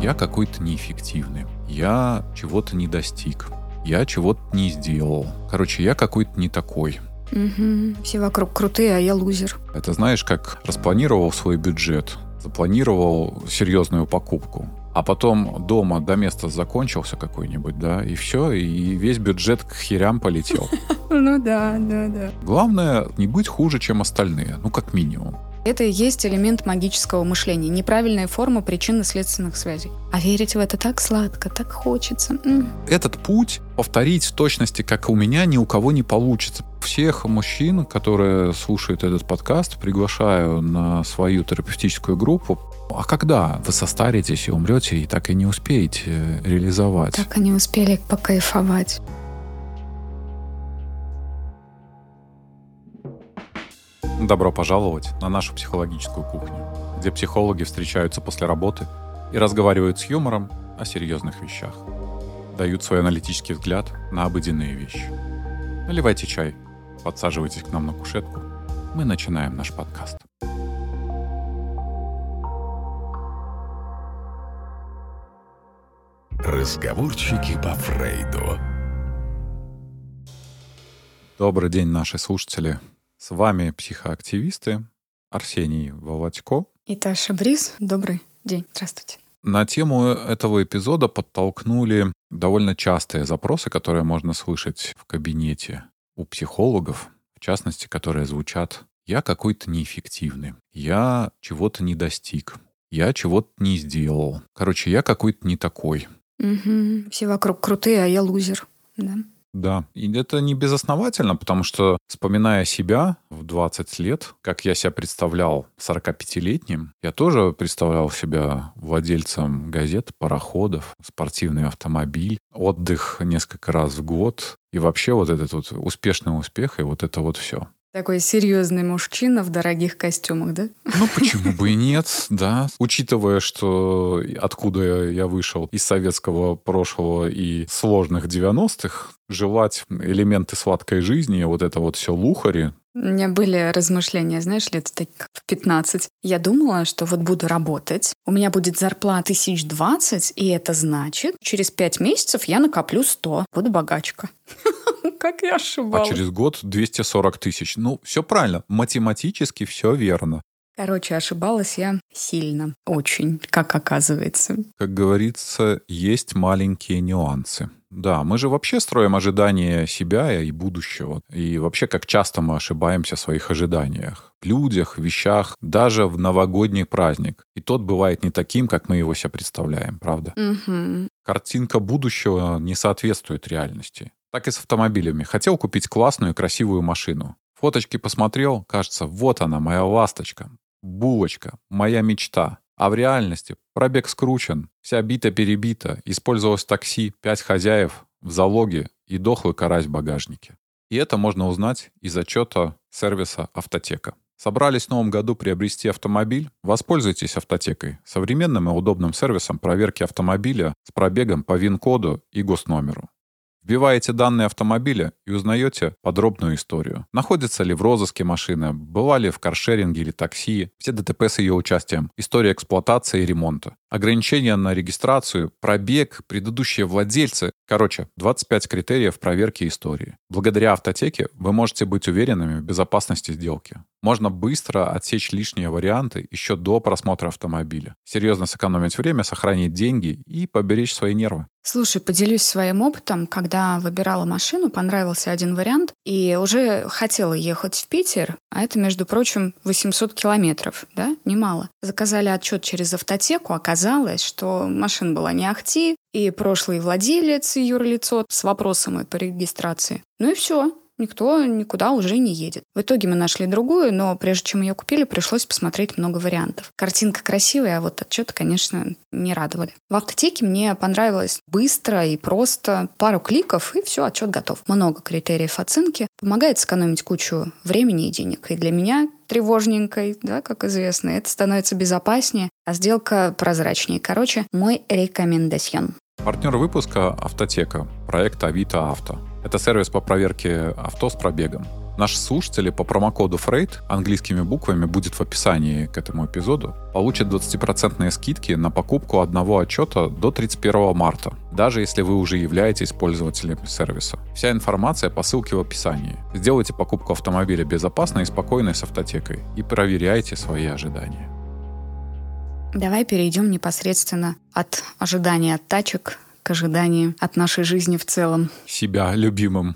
Я какой-то неэффективный, я чего-то не достиг, я чего-то не сделал. Короче, я какой-то не такой. Все вокруг крутые, а я лузер. Это знаешь, как распланировал свой бюджет, запланировал серьезную покупку, а потом дома до места закончился какой-нибудь, да, и все, и весь бюджет к херям полетел. Ну да. Главное, не быть хуже, чем остальные, ну, как минимум. Это и есть элемент магического мышления. Неправильная форма причинно-следственных связей. А верить в это так сладко, так хочется. Этот путь повторить в точности, как у меня, ни у кого не получится. Всех мужчин, которые слушают этот подкаст, приглашаю на свою терапевтическую группу. А когда вы состаритесь и умрете, и так и не успеете реализовать? Так и не успели покайфовать. Добро пожаловать на нашу психологическую кухню, где психологи встречаются после работы и разговаривают с юмором о серьезных вещах. Дают свой аналитический взгляд на обыденные вещи. Наливайте чай, подсаживайтесь к нам на кушетку. Мы начинаем наш подкаст. Разговорчики по Фрейду. Добрый день, наши слушатели. С вами психоактивисты Арсений Володько И Таша Бриз. Добрый день. Здравствуйте. На тему этого эпизода подтолкнули довольно частые запросы, которые можно слышать в кабинете у психологов, в частности, которые звучат: «Я какой-то неэффективный, я чего-то не достиг, я чего-то не сделал. Короче, я какой-то не такой». Все вокруг крутые, а я лузер. Да. Да, и это не безосновательно, потому что, вспоминая себя в 20 лет, как я себя представлял 45-летним, я тоже представлял себя владельцем газет, пароходов, спортивный автомобиль, отдых несколько раз в год, и вообще вот этот вот успешный успех, и вот это вот все. Такой серьезный мужчина в дорогих костюмах, да? Ну, почему бы и нет, да. Учитывая, что откуда я вышел из советского прошлого и сложных 90-х, желать элементы сладкой жизни, вот это вот все лухари. У меня были размышления, знаешь, лет так в 15. Я думала, что вот буду работать, у меня будет зарплата 1020, и это значит, через 5 месяцев я накоплю 100. Буду богачка. Как я ошибалась. А через год 240 тысяч. Ну, все правильно. Математически все верно. Короче, ошибалась я сильно. Очень, как оказывается. Как говорится, есть маленькие нюансы. Да, мы же вообще строим ожидания себя и будущего. И вообще, как часто мы ошибаемся в своих ожиданиях. В людях, вещах, даже в новогодний праздник. И тот бывает не таким, как мы его себе представляем, правда? Картинка будущего не соответствует реальности. Так и с автомобилями. Хотел купить классную и красивую машину. Фоточки посмотрел, кажется, вот она, моя ласточка. Булочка, моя мечта. А в реальности пробег скручен, вся бита-перебита, использовалось такси, 5 хозяев в залоге и дохлый карась в багажнике. И это можно узнать из отчета сервиса «Автотека». Собрались в новом году приобрести автомобиль? Воспользуйтесь «Автотекой», современным и удобным сервисом проверки автомобиля с пробегом по ВИН-коду и госномеру. Вбиваете данные автомобиля и узнаете подробную историю. Находится ли в розыске машина, была ли в каршеринге или такси, все ДТП с ее участием, история эксплуатации и ремонта, ограничения на регистрацию, пробег, предыдущие владельцы. Короче, 25 критериев проверки истории. Благодаря «Автотеке» вы можете быть уверенными в безопасности сделки. Можно быстро отсечь лишние варианты еще до просмотра автомобиля. Серьезно сэкономить время, сохранить деньги и поберечь свои нервы. Слушай, поделюсь своим опытом. Когда выбирала машину, понравился один вариант, и уже хотела ехать в Питер, а это, между прочим, 800 километров, да, немало. Заказали отчет через «Автотеку», оказалось, что машина была не ахти, и прошлый владелец, и юрлицо с вопросами по регистрации. Ну и все. Никто никуда уже не едет. В итоге мы нашли другую, но прежде чем ее купили, пришлось посмотреть много вариантов. Картинка красивая, а вот отчеты, конечно, не радовали. В «Автотеке» мне понравилось быстро и просто. Пару кликов, и все, отчет готов. Много критериев оценки. Помогает сэкономить кучу времени и денег. И для меня тревожненькой, да, как известно, это становится безопаснее, а сделка прозрачнее. Короче, мой рекомендацион. Партнер выпуска «Автотека», проект «Авито Авто». Это сервис по проверке авто с пробегом. Наши слушатели по промокоду Фрейд английскими буквами будет в описании к этому эпизоду получат 20% скидки на покупку одного отчета до 31 марта, даже если вы уже являетесь пользователем сервиса. Вся информация по ссылке в описании. Сделайте покупку автомобиля безопасной и спокойной с автотекой и проверяйте свои ожидания. Давай перейдем непосредственно от ожидания от тачек к ожиданию от нашей жизни в целом. Себя любимым.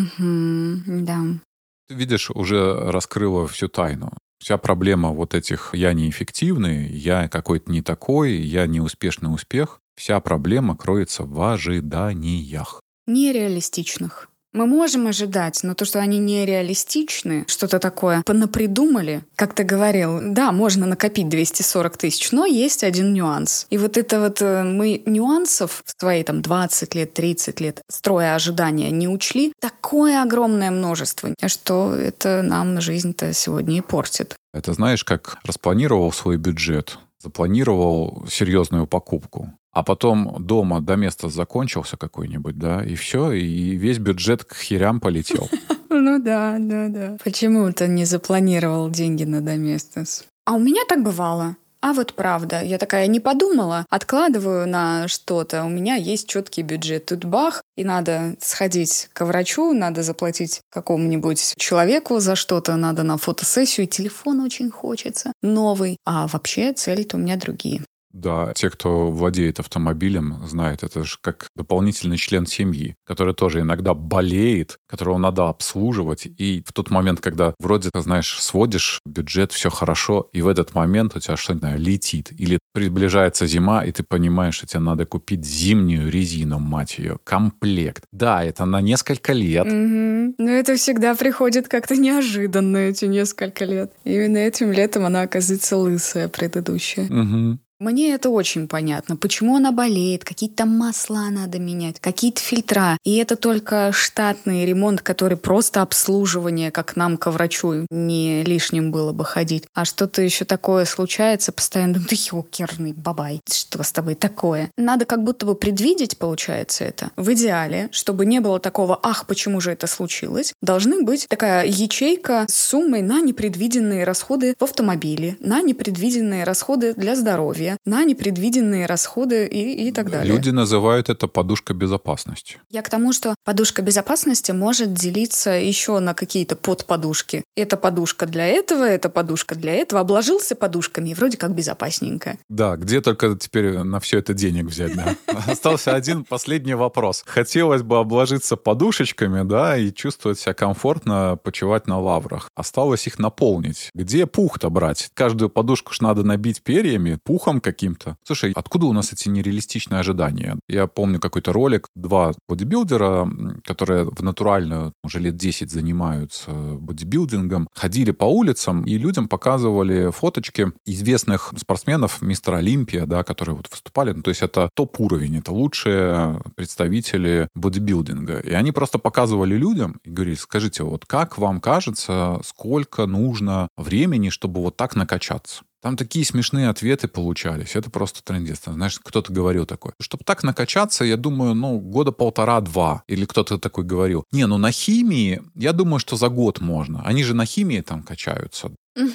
Да. Ты видишь, уже раскрыла всю тайну. Вся проблема вот этих «я неэффективный», «я какой-то не такой», «я неуспешный успех», вся проблема кроется в ожиданиях. Нереалистичных. Мы можем ожидать, но то, что они нереалистичны, что-то такое понапридумали, как ты говорил, да, можно накопить 240 тысяч, но есть один нюанс. И вот это вот мы нюансов в свои 20 лет, 30 лет, строя ожидания, не учли такое огромное множество, что это нам жизнь-то сегодня и портит. Это знаешь, как распланировал свой бюджет, запланировал серьезную покупку, а потом дома до места закончился какой-нибудь, да, и все, и весь бюджет к херям полетел. Ну да. Почему ты не запланировал деньги на доместос? А у меня так бывало. А вот правда, я такая не подумала, откладываю на что-то, у меня есть четкий бюджет. Тут бах, и надо сходить к врачу, надо заплатить какому-нибудь человеку за что-то, надо на фотосессию, телефон очень хочется, новый. А вообще цели-то у меня другие. Да, те, кто владеет автомобилем, знают, это же как дополнительный член семьи, который тоже иногда болеет, которого надо обслуживать. И в тот момент, когда вроде, ты знаешь, сводишь бюджет, все хорошо, и в этот момент у тебя что-то летит. Или приближается зима, и ты понимаешь, что тебе надо купить зимнюю резину, мать ее, комплект. Да, это на несколько лет. Но это всегда приходит как-то неожиданно, эти несколько лет. Именно этим летом она оказывается лысая, предыдущая. Мне это очень понятно. Почему она болеет, какие-то масла надо менять, какие-то фильтра. И это только штатный ремонт, который просто обслуживание, как нам ко врачу не лишним было бы ходить. А что-то еще такое случается, постоянно думаю, ты ёкерный бабай, что с тобой такое? Надо как будто бы предвидеть, получается, это. В идеале, чтобы не было такого, ах, почему же это случилось, должны быть такая ячейка с суммой на непредвиденные расходы в автомобиле, на непредвиденные расходы для здоровья, на непредвиденные расходы и так далее. Люди называют это подушка безопасности. Я к тому, что подушка безопасности может делиться еще на какие-то подподушки. Это подушка для этого, это подушка для этого. Обложился подушками, и вроде как безопасненько. Да, где только теперь на все это денег взять, да? Остался один последний вопрос. Хотелось бы обложиться подушечками, да, и чувствовать себя комфортно, почивать на лаврах. Осталось их наполнить. Где пух-то брать? Каждую подушку ж надо набить перьями, пухом каким-то. Слушай, откуда у нас эти нереалистичные ожидания? Я помню какой-то ролик, 2 бодибилдера, которые в натуральную уже лет 10 занимаются бодибилдингом, ходили по улицам и людям показывали фоточки известных спортсменов, мистер Олимпия, да, которые вот выступали. Ну, то есть это топ-уровень, это лучшие представители бодибилдинга. И они просто показывали людям и говорили, скажите, вот как вам кажется, сколько нужно времени, чтобы вот так накачаться? Там такие смешные ответы получались. Это просто трындец. Знаешь, кто-то говорил такое. Чтобы так накачаться, я думаю, года 1,5-2. Или кто-то такой говорил. На химии, я думаю, что за год можно. Они же на химии там качаются.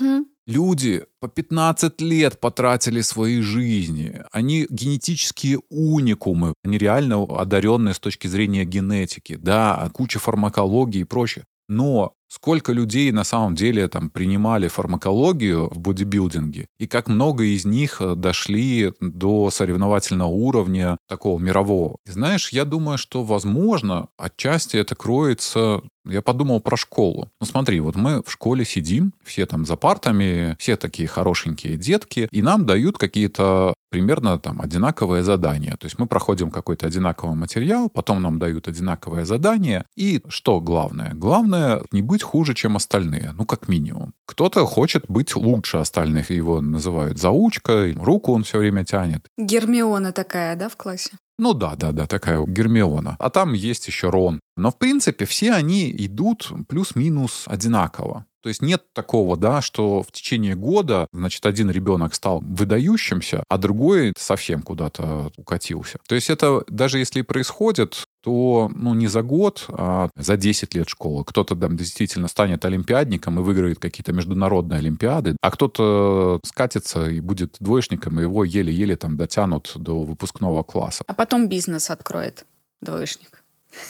Люди по 15 лет потратили своей жизни. Они генетические уникумы. Они реально одаренные с точки зрения генетики. Да, куча фармакологии и прочее. Но сколько людей на самом деле там принимали фармакологию в бодибилдинге, и как много из них дошли до соревновательного уровня такого мирового. И знаешь, я думаю, что, возможно, отчасти это кроется... Я подумал про школу. Смотри, вот мы в школе сидим, все там за партами, все такие хорошенькие детки, и нам дают какие-то примерно там одинаковые задания. То есть мы проходим какой-то одинаковый материал, потом нам дают одинаковое задание. И что главное? Главное не быть хуже, чем остальные. Как минимум. Кто-то хочет быть лучше остальных. Его называют заучкой, руку он все время тянет. Гермиона такая, да, в классе? Да, такая Гермиона. А там есть еще Рон. Но, в принципе, все они идут плюс-минус одинаково. То есть нет такого, да, что в течение года, значит, один ребенок стал выдающимся, а другой совсем куда-то укатился. То есть это даже если и происходит, то не за год, а за 10 лет школы. Кто-то там действительно станет олимпиадником и выиграет какие-то международные олимпиады, а кто-то скатится и будет двоечником, и его еле-еле там дотянут до выпускного класса. А потом бизнес откроет двоечник.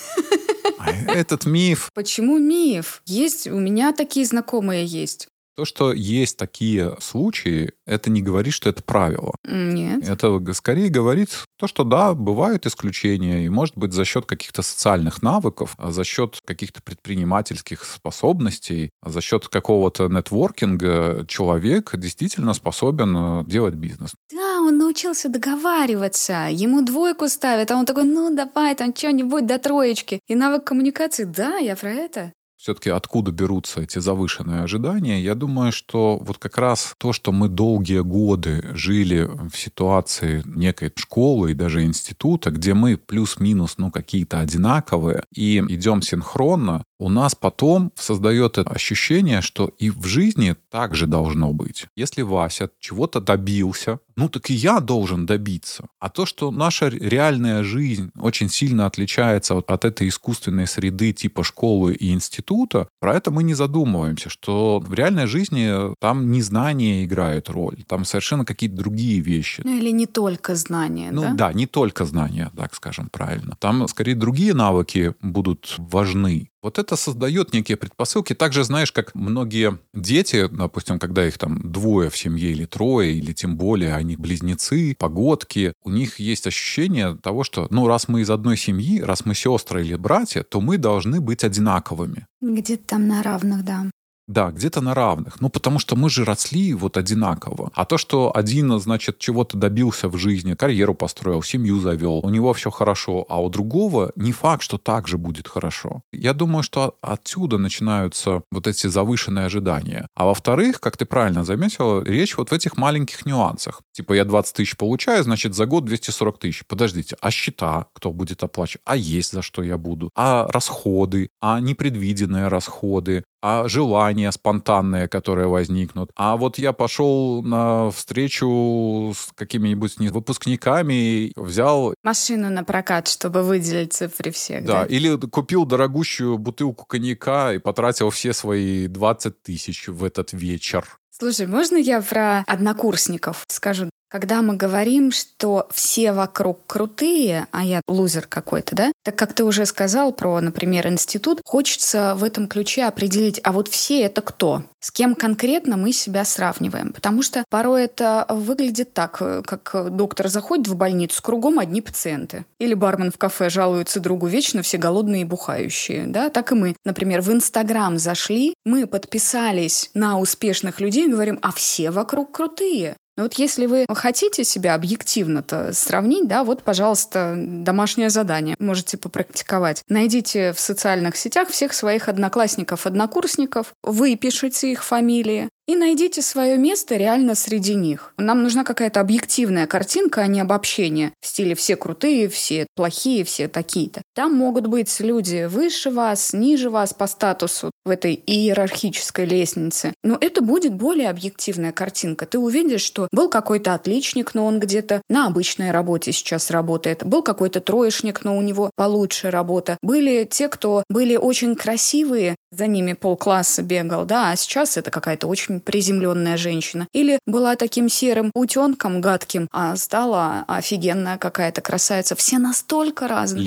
Этот миф... Почему миф? Есть, у меня такие знакомые есть. То, что есть такие случаи, это не говорит, что это правило. Нет. Это скорее говорит то, что да, бывают исключения, и может быть за счет каких-то социальных навыков, за счет каких-то предпринимательских способностей, за счет какого-то нетворкинга человек действительно способен делать бизнес. Да, он научился договариваться, ему 2 ставят, а он такой, давай там что-нибудь до 3. И навык коммуникации, да, я про это. Все-таки откуда берутся эти завышенные ожидания? Я думаю, что вот как раз то, что мы долгие годы жили в ситуации некой школы и даже института, где мы плюс-минус какие-то одинаковые и идем синхронно, у нас потом создает это ощущение, что и в жизни так же должно быть. Если Вася чего-то добился, так и я должен добиться. А то, что наша реальная жизнь очень сильно отличается от этой искусственной среды типа школы и института, про это мы не задумываемся, что в реальной жизни там не знания играют роль, там совершенно какие-то другие вещи. Или не только знания, да? Да, не только знания, так скажем правильно. Там скорее другие навыки будут важны. Вот это создает некие предпосылки. Также, знаешь, как многие дети, допустим, когда их там 2 в семье или 3, или тем более они близнецы, погодки, у них есть ощущение того, что, раз мы из одной семьи, раз мы сестры или братья, то мы должны быть одинаковыми. Где-то там на равных, да. Да, где-то на равных. Потому что мы же росли одинаково. А то, что один, значит, чего-то добился в жизни, карьеру построил, семью завел, у него все хорошо, а у другого не факт, что так же будет хорошо. Я думаю, что отсюда начинаются эти завышенные ожидания. А во-вторых, как ты правильно заметила, речь в этих маленьких нюансах. Типа я 20 тысяч получаю, значит, за год 240 тысяч. Подождите, а счета кто будет оплачивать? А есть за что я буду? А расходы? А непредвиденные расходы? А желания спонтанные, которые возникнут. А вот я пошел на встречу с какими-нибудь выпускниками, взял... Машину на прокат, чтобы выделиться при всех. Да, или купил дорогущую бутылку коньяка и потратил все свои 20 тысяч в этот вечер. Слушай, можно я про однокурсников скажу? Когда мы говорим, что все вокруг крутые, а я лузер какой-то, да? Так как ты уже сказал про, например, институт, хочется в этом ключе определить, а вот все это кто? С кем конкретно мы себя сравниваем? Потому что порой это выглядит так, как доктор заходит в больницу, кругом одни пациенты. Или бармен в кафе жалуется другу, вечно все голодные и бухающие. Да? Так и мы, например, в Инстаграм зашли, мы подписались на успешных людей и говорим, а все вокруг крутые. Но если вы хотите себя объективно-то сравнить, да, пожалуйста, домашнее задание. Можете попрактиковать. Найдите в социальных сетях всех своих одноклассников, однокурсников, выпишите их фамилии и найдите свое место реально среди них. Нам нужна какая-то объективная картинка, а не обобщение в стиле «все крутые, все плохие, все такие-то». Там могут быть люди выше вас, ниже вас по статусу в этой иерархической лестнице. Но это будет более объективная картинка. Ты увидишь, что был какой-то отличник, но он где-то на обычной работе сейчас работает. Был какой-то троечник, но у него получше работа. Были те, кто были очень красивые, за ними полкласса бегал, да, а сейчас это какая-то очень приземленная женщина. Или была таким серым утенком гадким, а стала офигенная какая-то красавица. Все настолько разные.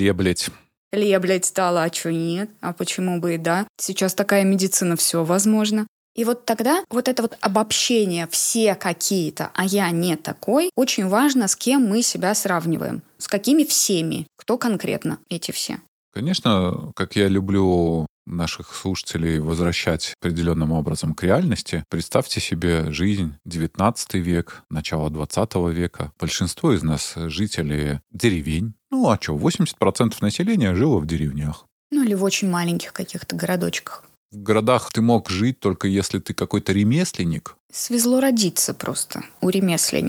Леблять стала, а что нет? А почему бы и да? Сейчас такая медицина, все возможно. И тогда это обобщение «все какие-то, а я не такой» очень важно, с кем мы себя сравниваем. С какими всеми, кто конкретно эти все. Конечно, как я люблю наших слушателей возвращать определенным образом к реальности. Представьте себе жизнь 19 век, начало 20 века. Большинство из нас жители деревень. 80% населения жило в деревнях. Или в очень маленьких каких-то городочках. В городах ты мог жить только если ты какой-то ремесленник. Свезло родиться просто у ремесленников.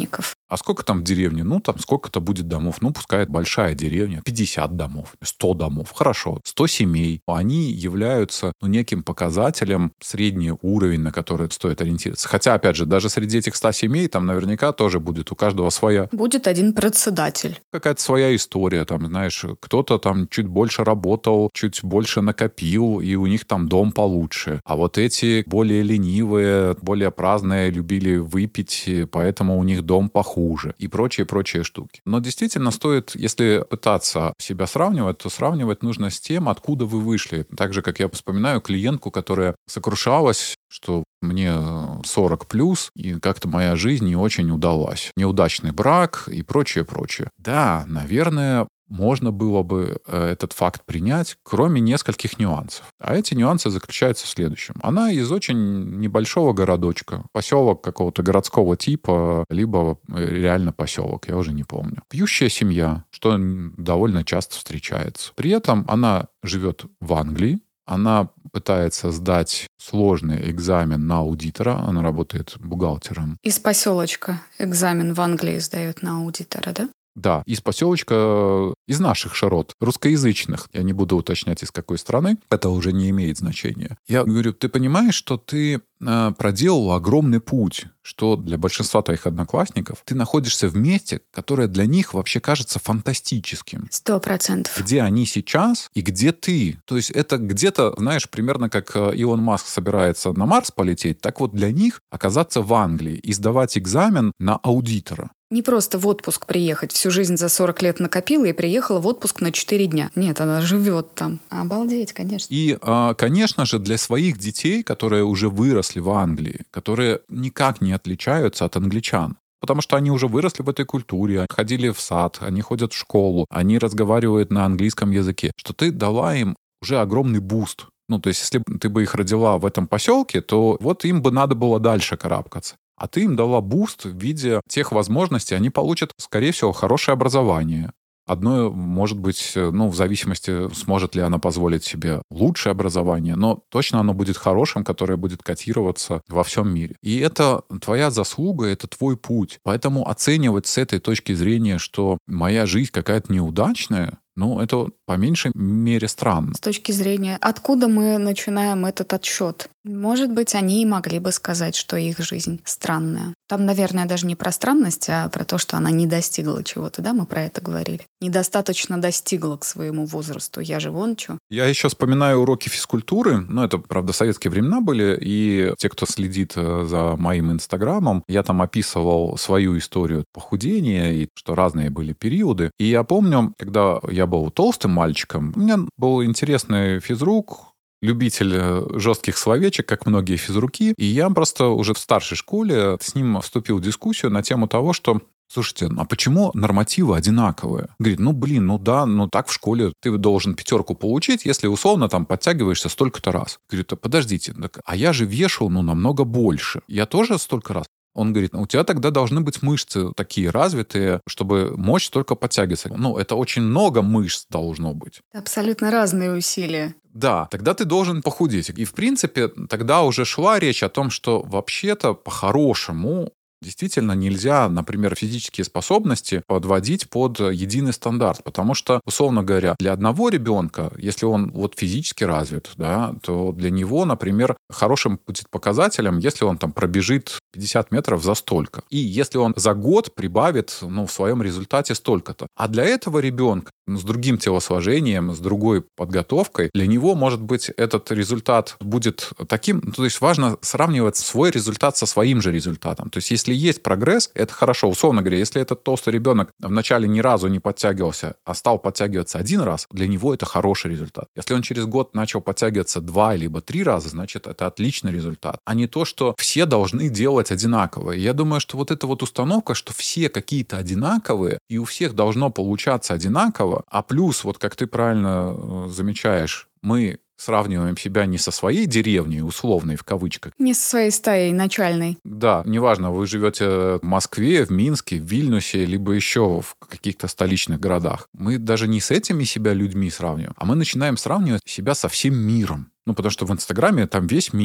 А сколько там в деревне? Ну, там сколько-то будет домов. Ну, пускай это большая деревня. 50 домов, 100 домов. Хорошо. 100 семей. Они являются неким показателем, средний уровень, на который стоит ориентироваться. Хотя, опять же, даже среди этих 100 семей там наверняка тоже будет у каждого своя... Будет один председатель. Какая-то своя история. Там, знаешь, кто-то там чуть больше работал, чуть больше накопил, и у них там дом получше. А вот эти более ленивые, более праздные любили выпить, и поэтому у них дом похуже. И прочие штуки. Но действительно стоит, если пытаться себя сравнивать, то сравнивать нужно с тем, откуда вы вышли. Так же, как я вспоминаю клиентку, которая сокрушалась, что мне 40 плюс, и как-то моя жизнь не очень удалась. Неудачный брак и прочее. Да, наверное, можно было бы этот факт принять, кроме нескольких нюансов. А эти нюансы заключаются в следующем. Она из очень небольшого городочка, поселок какого-то городского типа, либо реально поселок, я уже не помню. Пьющая семья, что довольно часто встречается. При этом она живет в Англии, она пытается сдать сложный экзамен на аудитора, она работает бухгалтером. Из поселочка экзамен в Англии сдают на аудитора, да? Да, из поселочка, из наших широт, русскоязычных. Я не буду уточнять, из какой страны. Это уже не имеет значения. Я говорю, ты понимаешь, что ты проделал огромный путь, что для большинства твоих одноклассников ты находишься в месте, которое для них вообще кажется фантастическим. 100%. Где они сейчас и где ты. То есть это где-то, знаешь, примерно как Илон Маск собирается на Марс полететь, так вот для них оказаться в Англии и сдавать экзамен на аудитора. Не просто в отпуск приехать. Всю жизнь за 40 лет накопила и приехала в отпуск на 4 дня. Нет, она живет там. Обалдеть, конечно. И, конечно же, для своих детей, которые уже выросли в Англии, которые никак не отличаются от англичан, потому что они уже выросли в этой культуре, ходили в сад, они ходят в школу, они разговаривают на английском языке, что ты дала им уже огромный буст. Ну, то есть, если ты бы их родила в этом поселке, то вот им бы надо было дальше карабкаться. А ты им дала буст в виде тех возможностей, они получат, скорее всего, хорошее образование. Одно, может быть, в зависимости, сможет ли она позволить себе лучшее образование, но точно оно будет хорошим, которое будет котироваться во всем мире. И это твоя заслуга, это твой путь. Поэтому оценивать с этой точки зрения, что моя жизнь какая-то неудачная, это по меньшей мере странно. С точки зрения, откуда мы начинаем этот отсчет? Может быть, они и могли бы сказать, что их жизнь странная. Там, наверное, даже не про странность, а про то, что она не достигла чего-то, да, мы про это говорили. Недостаточно достигла к своему возрасту. Я же вон чё. Я еще вспоминаю уроки физкультуры. Это, правда, советские времена были, и те, кто следит за моим инстаграмом, я там описывал свою историю похудения, и что разные были периоды. И я помню, когда я был толстым мальчиком, у меня был интересный физрук, любитель жестких словечек, как многие физруки. И я просто уже в старшей школе с ним вступил в дискуссию на тему того, что слушайте, а почему нормативы одинаковые? Говорит, так в школе ты должен 5 получить, если условно там подтягиваешься столько-то раз. Говорит, подождите, а я же вешал, намного больше. Я тоже столько раз. Он говорит, у тебя тогда должны быть мышцы такие развитые, чтобы мочь только подтягиваться. Это очень много мышц должно быть. Абсолютно разные усилия. Да, тогда ты должен похудеть. И, в принципе, тогда уже шла речь о том, что вообще-то по-хорошему действительно нельзя, например, физические способности подводить под единый стандарт, потому что, условно говоря, для одного ребенка, если он физически развит, да, то для него, например, хорошим будет показателем, если он там пробежит 50 метров за столько. И если он за год прибавит, в своем результате столько-то. А для этого ребенка с другим телосложением, с другой подготовкой, для него, может быть, этот результат будет таким... То есть важно сравнивать свой результат со своим же результатом. То есть если есть прогресс, это хорошо. Условно говоря, если этот толстый ребенок вначале ни разу не подтягивался, а стал подтягиваться 1 раз, для него это хороший результат. Если он через год начал подтягиваться 2 либо 3 раза, значит, это отличный результат. А не то, что все должны делать одинаково. И я думаю, что эта установка, что все какие-то одинаковые, и у всех должно получаться одинаково, а плюс, как ты правильно замечаешь, мы сравниваем себя не со своей деревней, условной, в кавычках. Не со своей стаей начальной. Да, неважно, вы живете в Москве, в Минске, в Вильнюсе, либо еще в каких-то столичных городах. Мы даже не с этими себя людьми сравниваем, а мы начинаем сравнивать себя со всем миром. Потому что в Инстаграме там весь мир.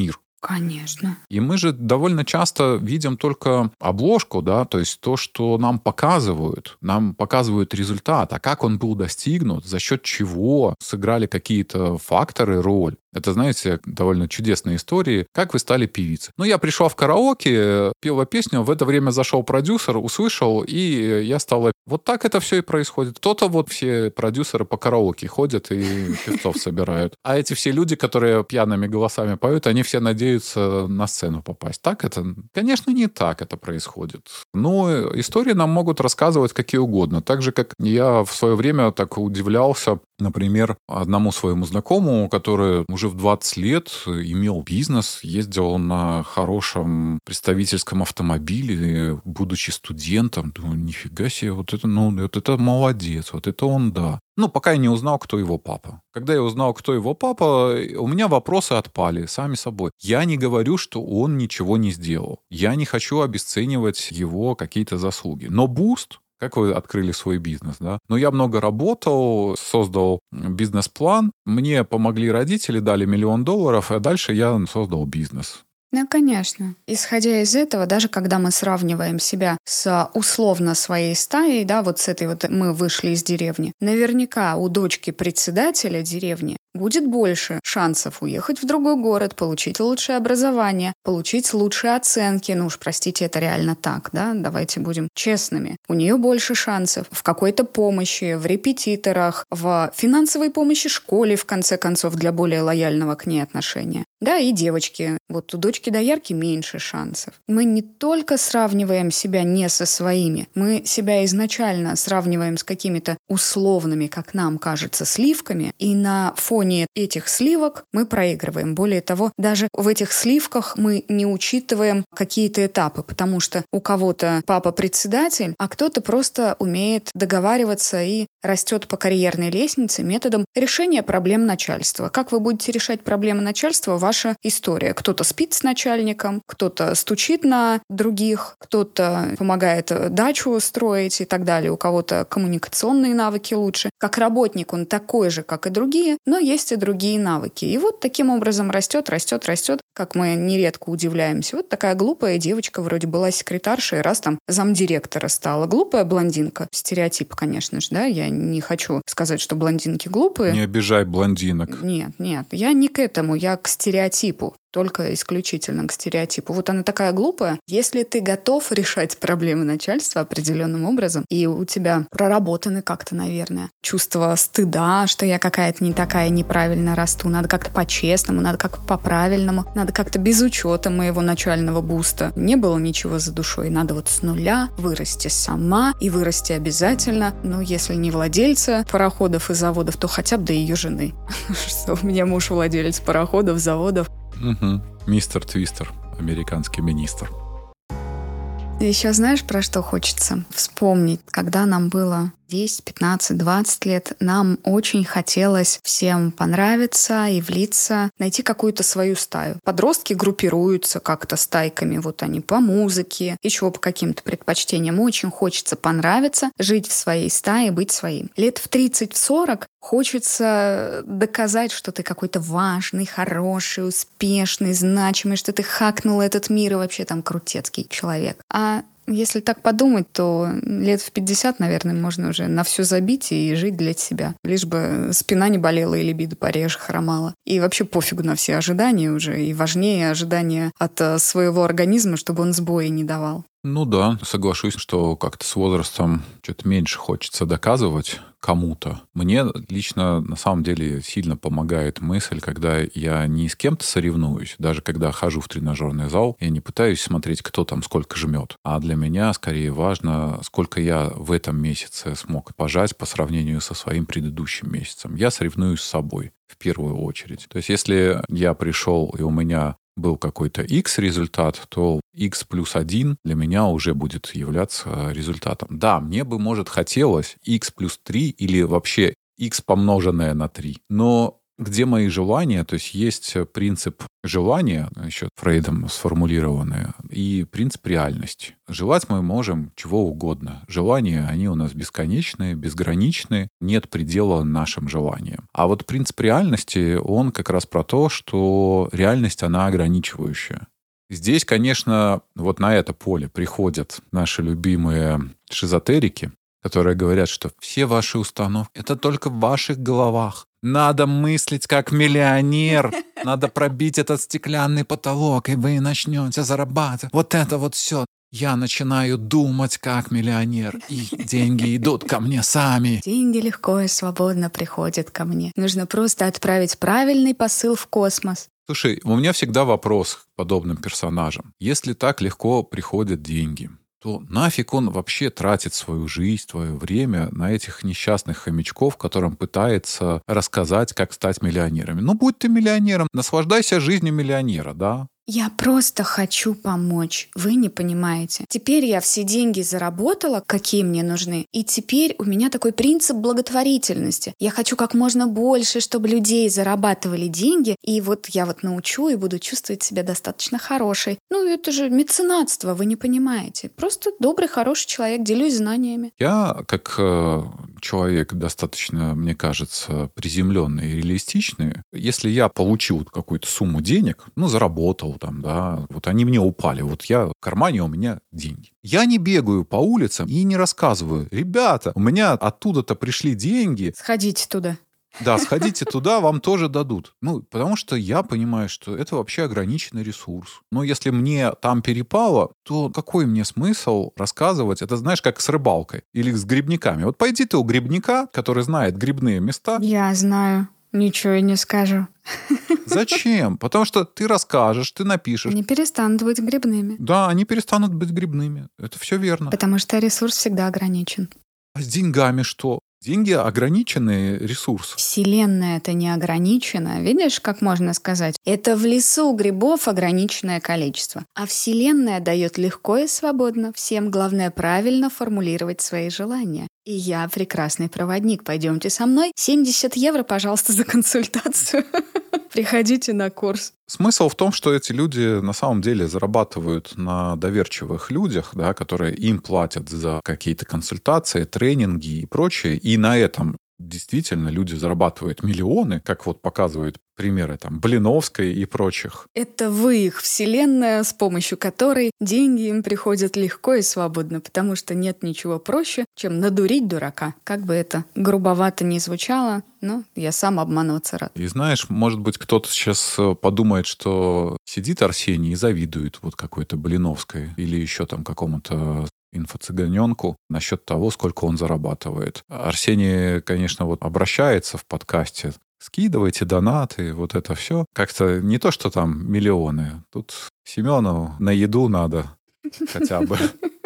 Конечно. И мы же довольно часто видим только обложку, да, то есть то, что нам показывают. Нам показывают результат, а как он был достигнут, за счет чего сыграли какие-то факторы роль. Это, знаете, довольно чудесные истории. Как вы стали певицей? Ну, я пришла в караоке, пела песню, в это время зашел продюсер, услышал, и я стала... Вот так это все и происходит. Кто-то вот все продюсеры по караоке ходят и певцов собирают. А эти все люди, которые пьяными голосами поют, они все надеются на сцену попасть. Так это? Конечно, не так это происходит. Но истории нам могут рассказывать какие угодно. Так же, как я в свое время так удивлялся, например, одному своему знакомому, который уже в 20 лет имел бизнес, ездил на хорошем представительском автомобиле, будучи студентом. Думаю, нифига себе, вот это молодец, вот это он, да. Ну, пока я не узнал, кто его папа. Когда я узнал, кто его папа, у меня вопросы отпали сами собой. Я не говорю, что он ничего не сделал. Я не хочу обесценивать его какие-то заслуги. Но буст, как вы открыли свой бизнес, да? Но я много работал, создал бизнес-план, мне помогли родители, дали $1 миллион, а дальше я создал бизнес. Ну, конечно. Исходя из этого, даже когда мы сравниваем себя с условно своей стаей, да, вот с этой вот мы вышли из деревни, наверняка у дочки председателя деревни будет больше шансов уехать в другой город, получить лучшее образование, получить лучшие оценки. Ну уж простите, это реально так, да? Давайте будем честными. У нее больше шансов в какой-то помощи, в репетиторах, в финансовой помощи школе, в конце концов, для более лояльного к ней отношения. Да, и девочки. Вот у дочки доярки меньше шансов. Мы не только сравниваем себя не со своими, мы себя изначально сравниваем с какими-то условными, как нам кажется, сливками, и на фоне этих сливок мы проигрываем. Более того, даже в этих сливках мы не учитываем какие-то этапы, потому что у кого-то папа председатель, а кто-то просто умеет договариваться и растет по карьерной лестнице методом решения проблем начальства. Как вы будете решать проблемы начальства, ваша история. Кто-то спит с начальником, кто-то стучит на других, кто-то помогает дачу строить и так далее. У кого-то коммуникационные навыки лучше. Как работник он такой же, как и другие, но есть и другие навыки. И вот таким образом растет, как мы нередко удивляемся. Вот такая глупая девочка вроде была секретаршей, раз там замдиректора стала. Глупая блондинка. Стереотип, конечно же, да? Я не хочу сказать, что блондинки глупые. Не обижай блондинок. Нет, я не к этому, я к стереотипу. Только исключительно к стереотипу. Вот она такая глупая. Если ты готов решать проблемы начальства определенным образом, и у тебя проработаны как-то, наверное, чувство стыда, что я какая-то не такая, неправильно расту, надо как-то по-честному, надо как-то по-правильному, надо как-то без учета моего начального буста. Не было ничего за душой. Надо вот с нуля вырасти сама, и вырасти обязательно. Но если не владельца пароходов и заводов, то хотя бы до ее жены. Что у меня муж владелец пароходов, заводов. Угу. Мистер Твистер, американский министр. Еще знаешь, про что хочется вспомнить? Когда нам было 10, 15, 20 лет, нам очень хотелось всем понравиться и влиться, найти какую-то свою стаю. Подростки группируются как-то стайками, вот они по музыке, еще по каким-то предпочтениям. Очень хочется понравиться, жить в своей стае, быть своим. Лет в 30-40 хочется доказать, что ты какой-то важный, хороший, успешный, значимый, что ты хакнул этот мир и вообще там крутецкий человек. А если так подумать, то лет в 50, наверное, можно уже на все забить и жить для себя. Лишь бы спина не болела и либидо пореже хромала. И вообще пофигу на все ожидания уже. И важнее ожидания от своего организма, чтобы он сбоя не давал. Ну да, соглашусь, что как-то с возрастом что-то меньше хочется доказывать кому-то. Мне лично на самом деле сильно помогает мысль, когда я не с кем-то соревнуюсь, даже когда хожу в тренажерный зал, я не пытаюсь смотреть, кто там сколько жмет. А для меня скорее важно, сколько я в этом месяце смог пожать по сравнению со своим предыдущим месяцем. Я соревнуюсь с собой в первую очередь. То есть если я пришел и у меня был какой-то X результат, то X плюс 1 для меня уже будет являться результатом. Да, мне бы, может, хотелось X плюс 3 или вообще X помноженное на 3. Но Где мои желания? То есть принцип желания, еще Фрейдом сформулированный, и принцип реальности. Желать мы можем чего угодно. Желания, они у нас бесконечные, безграничные, нет предела нашим желаниям. А вот принцип реальности, он как раз про то, что реальность, она ограничивающая. Здесь, конечно, вот на это поле приходят наши любимые шизотерики, которые говорят, что все ваши установки — это только в ваших головах. Надо мыслить как миллионер. Надо пробить этот стеклянный потолок, и вы начнете зарабатывать. Вот это вот все. Я начинаю думать как миллионер, и деньги идут ко мне сами. Деньги легко и свободно приходят ко мне. Нужно просто отправить правильный посыл в космос. Слушай, у меня всегда вопрос к подобным персонажам. Если так легко приходят деньги, то нафиг он вообще тратит свою жизнь, свое время на этих несчастных хомячков, которым пытается рассказать, как стать миллионерами. Ну, будь ты миллионером, наслаждайся жизнью миллионера, да? Я просто хочу помочь. Вы не понимаете. Теперь я все деньги заработала, какие мне нужны. И теперь у меня такой принцип благотворительности. Я хочу как можно больше, чтобы людей зарабатывали деньги. И вот я вот научу и буду чувствовать себя достаточно хорошей. Ну, это же меценатство, вы не понимаете. Просто добрый, хороший человек, делюсь знаниями. Я, как человек достаточно, мне кажется, приземленный и реалистичный, если я получил какую-то сумму денег, ну, заработал там, да, вот они мне упали, вот в кармане у меня деньги. Я не бегаю по улицам и не рассказываю: ребята, у меня оттуда-то пришли деньги. Сходите туда. Да, сходите туда, вам тоже дадут. Ну, потому что я понимаю, что это вообще ограниченный ресурс. Но если мне там перепало, то какой мне смысл рассказывать? Это, знаешь, как с рыбалкой или с грибниками. Вот пойди ты у грибника, который знает грибные места. Я знаю. Ничего я не скажу. Зачем? Потому что ты расскажешь, ты напишешь. Они перестанут быть грибными. Да, они перестанут быть грибными. Это все верно. Потому что ресурс всегда ограничен. А с деньгами что? Деньги — ограниченный ресурс. Вселенная — это не ограничено. Видишь, как можно сказать? Это в лесу грибов ограниченное количество. А Вселенная дает легко и свободно. Всем главное правильно формулировать свои желания. И я прекрасный проводник. Пойдемте со мной. 70 евро, пожалуйста, за консультацию. Приходите на курс. Смысл в том, что эти люди на самом деле зарабатывают на доверчивых людях, да, которые им платят за какие-то консультации, тренинги и прочее. И на этом действительно люди зарабатывают миллионы, как вот показывают примеры там Блиновской и прочих. Это вы их вселенная, с помощью которой деньги им приходят легко и свободно, потому что нет ничего проще, чем надурить дурака. Как бы это грубовато ни звучало, но я сам обманываться рад. И знаешь, может быть, кто-то сейчас подумает, что сидит Арсений и завидует вот какой-то Блиновской или еще там какому-то инфо-цыганенку насчет того, сколько он зарабатывает. Арсений, конечно, вот обращается в подкасте: скидывайте донаты, вот это все. Как-то не то, что там миллионы. Тут Семену на еду надо хотя бы.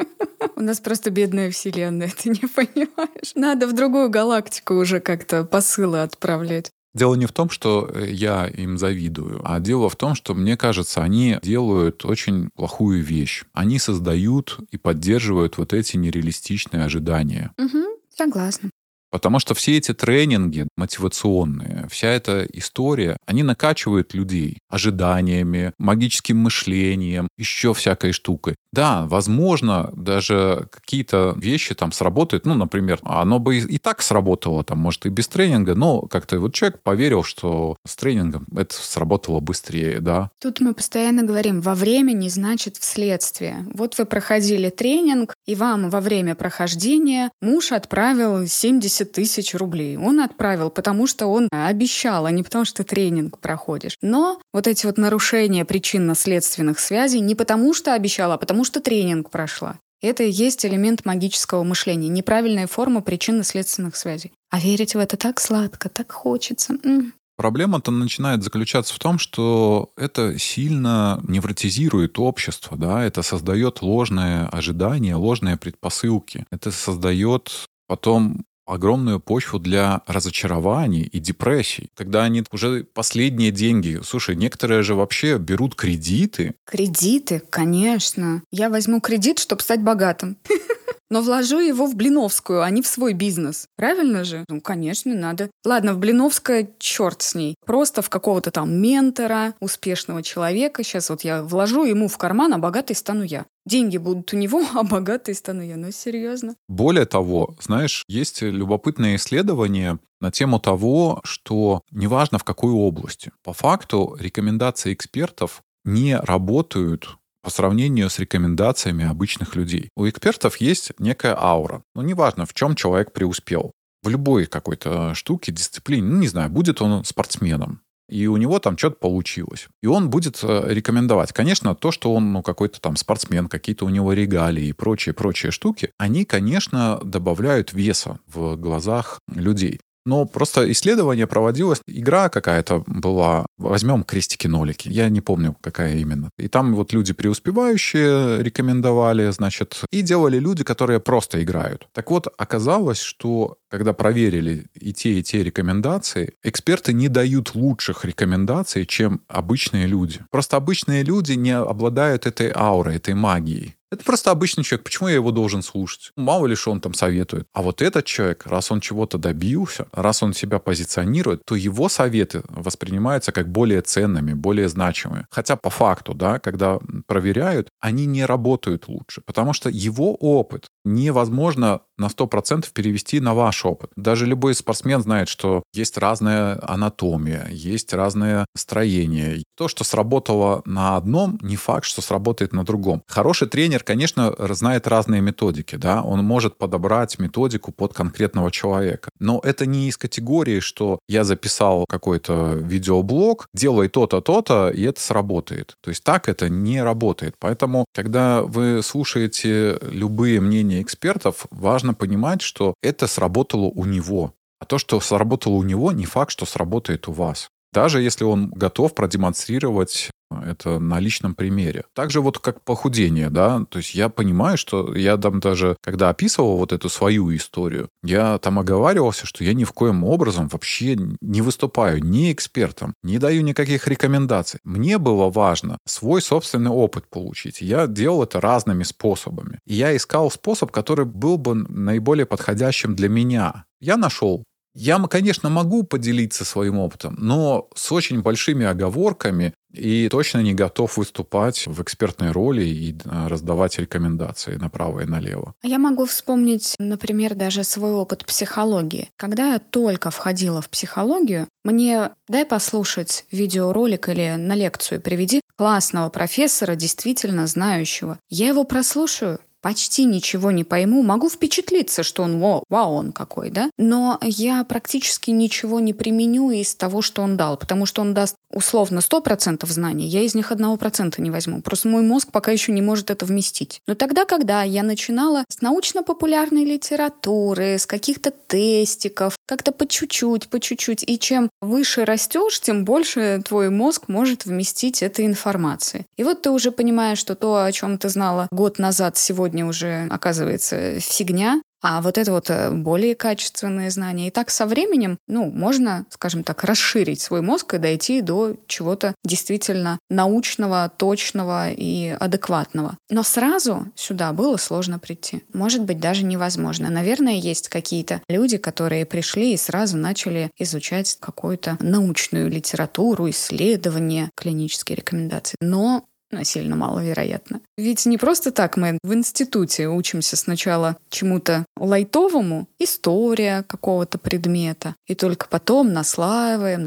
У нас просто бедная вселенная, ты не понимаешь. Надо в другую галактику уже как-то посылы отправлять. Дело не в том, что я им завидую, а дело в том, что, мне кажется, они делают очень плохую вещь. Они создают и поддерживают вот эти нереалистичные ожидания. Угу, согласна. Потому что все эти тренинги мотивационные, вся эта история, они накачивают людей ожиданиями, магическим мышлением, еще всякой штукой. Да, возможно, даже какие-то вещи там сработают. Ну, например, оно бы и так сработало, там, может, и без тренинга, но как-то вот человек поверил, что с тренингом это сработало быстрее, да. Тут мы постоянно говорим: во времени значит в следствие. Вот вы проходили тренинг, и вам во время прохождения муж отправил 70 тысяч рублей. Он отправил, потому что он обещал, а не потому что тренинг проходишь. Но вот эти вот нарушения причинно-следственных связей не потому что обещал, а потому что тренинг прошла. Это и есть элемент магического мышления. Неправильная форма причинно-следственных связей. А верить в это так сладко, так хочется. Проблема-то начинает заключаться в том, что это сильно невротизирует общество, да, это создает ложные ожидания, ложные предпосылки. Это создает потом огромную почву для разочарований и депрессий, когда они уже последние деньги. Слушай, некоторые же вообще берут кредиты. Кредиты, конечно. Я возьму кредит, чтобы стать богатым. но вложу его в Блиновскую, а не в свой бизнес. Правильно же? Ну, конечно, надо. Ладно, в Блиновская черт с ней. Просто в какого-то там ментора, успешного человека. Сейчас вот я вложу ему в карман, а богатой стану я. Деньги будут у него, а богатой стану я. Ну, серьезно. Более того, знаешь, есть любопытные исследования на тему того, что неважно в какой области, по факту рекомендации экспертов не работают по сравнению с рекомендациями обычных людей. У экспертов есть некая аура. Ну, неважно, в чем человек преуспел. В любой какой-то штуке, дисциплине, ну, не знаю, будет он спортсменом, и у него там что-то получилось. И он будет рекомендовать. Конечно, то, что он какой-то там спортсмен, какие-то у него регалии и прочие штуки, они, конечно, добавляют веса в глазах людей. Но просто исследование проводилось, игра какая-то была, возьмем крестики-нолики, я не помню, какая именно. И там вот люди преуспевающие рекомендовали, значит, и делали люди, которые просто играют. Так вот, оказалось, что когда проверили и те рекомендации, эксперты не дают лучших рекомендаций, чем обычные люди. Просто обычные люди не обладают этой аурой, этой магией. Это просто обычный человек. Почему я его должен слушать? Мало ли, что он там советует. А вот этот человек, раз он чего-то добился, раз он себя позиционирует, то его советы воспринимаются как более ценными, более значимыми. Хотя по факту, да, когда проверяют, они не работают лучше. Потому что его опыт невозможно на 100% перевести на ваш опыт. Даже любой спортсмен знает, что есть разная анатомия, есть разное строение. То, что сработало на одном, не факт, что сработает на другом. Хороший тренер, конечно, знает разные методики, да, он может подобрать методику под конкретного человека. Но это не из категории, что я записал какой-то видеоблог, делай то-то, то-то, и это сработает. То есть так это не работает. Поэтому, когда вы слушаете любые мнения экспертов, важно понимать, что это сработало у него. А то, что сработало у него, не факт, что сработает у вас. Даже если он готов продемонстрировать это на личном примере. Также вот как похудение, да, то есть я понимаю, что я там даже, когда описывал вот эту свою историю, я там оговаривался, что я ни в коем образом вообще не выступаю ни экспертом, не даю никаких рекомендаций. Мне было важно свой собственный опыт получить. Я делал это разными способами. И я искал способ, который был бы наиболее подходящим для меня. Я нашел. Я, конечно, могу поделиться своим опытом, но с очень большими оговорками и точно не готов выступать в экспертной роли и раздавать рекомендации направо и налево. Я могу вспомнить, например, даже свой опыт психологии. Когда я только входила в психологию, мне дай послушать видеоролик или на лекцию приведи классного профессора, действительно знающего. Я его прослушаю, почти ничего не пойму, могу впечатлиться, что он вау, он какой, да? Но я практически ничего не применю из того, что он дал, потому что он даст условно 100% знаний, я из них 1% не возьму. Просто мой мозг пока еще не может это вместить. Но тогда, когда я начинала с научно-популярной литературы, с каких-то тестиков, как-то по чуть-чуть, и чем выше растешь, тем больше твой мозг может вместить этой информации. И вот ты уже понимаешь, что то, о чем ты знала год назад, сегодня уже оказывается фигня, а вот это вот более качественные знания. И так со временем, можно, скажем так, расширить свой мозг и дойти до чего-то действительно научного, точного и адекватного. Но сразу сюда было сложно прийти. Может быть, даже невозможно. Наверное, есть какие-то люди, которые пришли и сразу начали изучать какую-то научную литературу, исследования, клинические рекомендации. Но сильно маловероятно. Ведь не просто так мы в институте учимся сначала чему-то лайтовому, история какого-то предмета, и только потом наслаиваем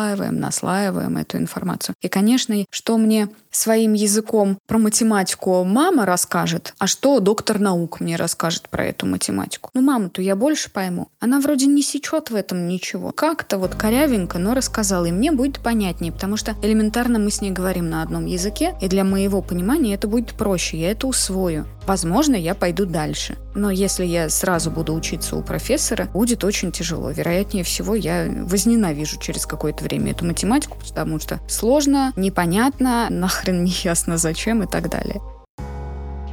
эту информацию. И, конечно, что мне своим языком про математику мама расскажет, а что доктор наук мне расскажет про эту математику? Маму-то я больше пойму. Она вроде не сечет в этом ничего. Как-то вот корявенько, но рассказала, и мне будет понятнее, потому что элементарно мы с ней говорим на одном языке, и для моего понимания это будет проще, я это усвою. Возможно, я пойду дальше. Но если я сразу буду учиться у профессора, будет очень тяжело. Вероятнее всего, я возненавижу через какое-то время эту математику, потому что сложно, непонятно, нахрен не ясно зачем и так далее.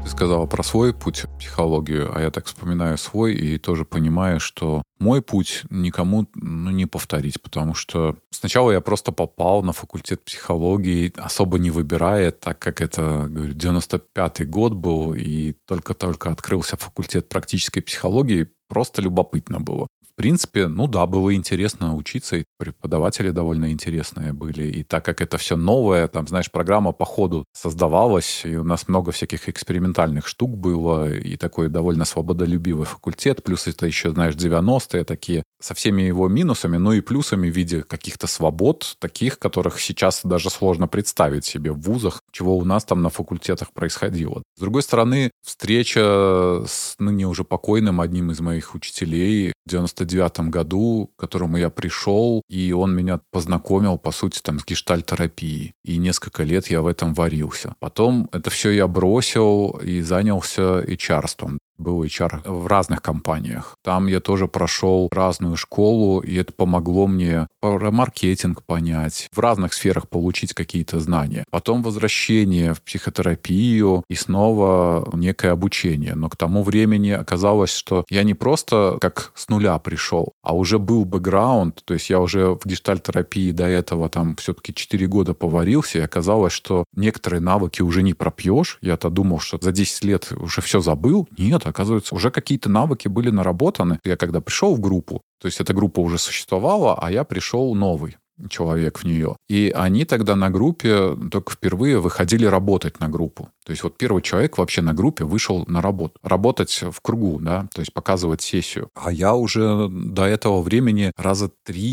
Ты сказала про свой путь в психологию, а я так вспоминаю свой и тоже понимаю, что мой путь никому не повторить, потому что сначала я просто попал на факультет психологии, особо не выбирая, так как это, говорю, 95-й год был, и только-только открылся факультет практической психологии, просто любопытно было. В принципе, было интересно учиться, и преподаватели довольно интересные были. И так как это все новое, там, знаешь, программа по ходу создавалась, и у нас много всяких экспериментальных штук было, и такой довольно свободолюбивый факультет, плюс это еще, знаешь, 90-е такие, со всеми его минусами, но и плюсами в виде каких-то свобод, таких, которых сейчас даже сложно представить себе в вузах, чего у нас там на факультетах происходило. С другой стороны, встреча с ныне уже покойным одним из моих учителей в 99-м году, к которому я пришел, и он меня познакомил, по сути, там, с гештальт-терапией. И несколько лет я в этом варился. Потом это все я бросил и занялся HR-ством. Был HR в разных компаниях. Там я тоже прошел разную школу, и это помогло мне про маркетинг понять, в разных сферах получить какие-то знания. Потом возвращение в психотерапию и снова некое обучение. Но к тому времени оказалось, что я не просто как с нуля пришел, а уже был бэкграунд, то есть я уже в гештальт-терапии до этого там все-таки 4 года поварился, и оказалось, что некоторые навыки уже не пропьешь. Я-то думал, что за 10 лет уже все забыл. Нет, оказывается, уже какие-то навыки были наработаны. Я когда пришел в группу, то есть эта группа уже существовала, а я пришел новый человек в нее. И они тогда на группе только впервые выходили работать на группу. То есть вот первый человек вообще на группе вышел на работу. Работать в кругу, да, то есть показывать сессию. А я уже до этого времени раза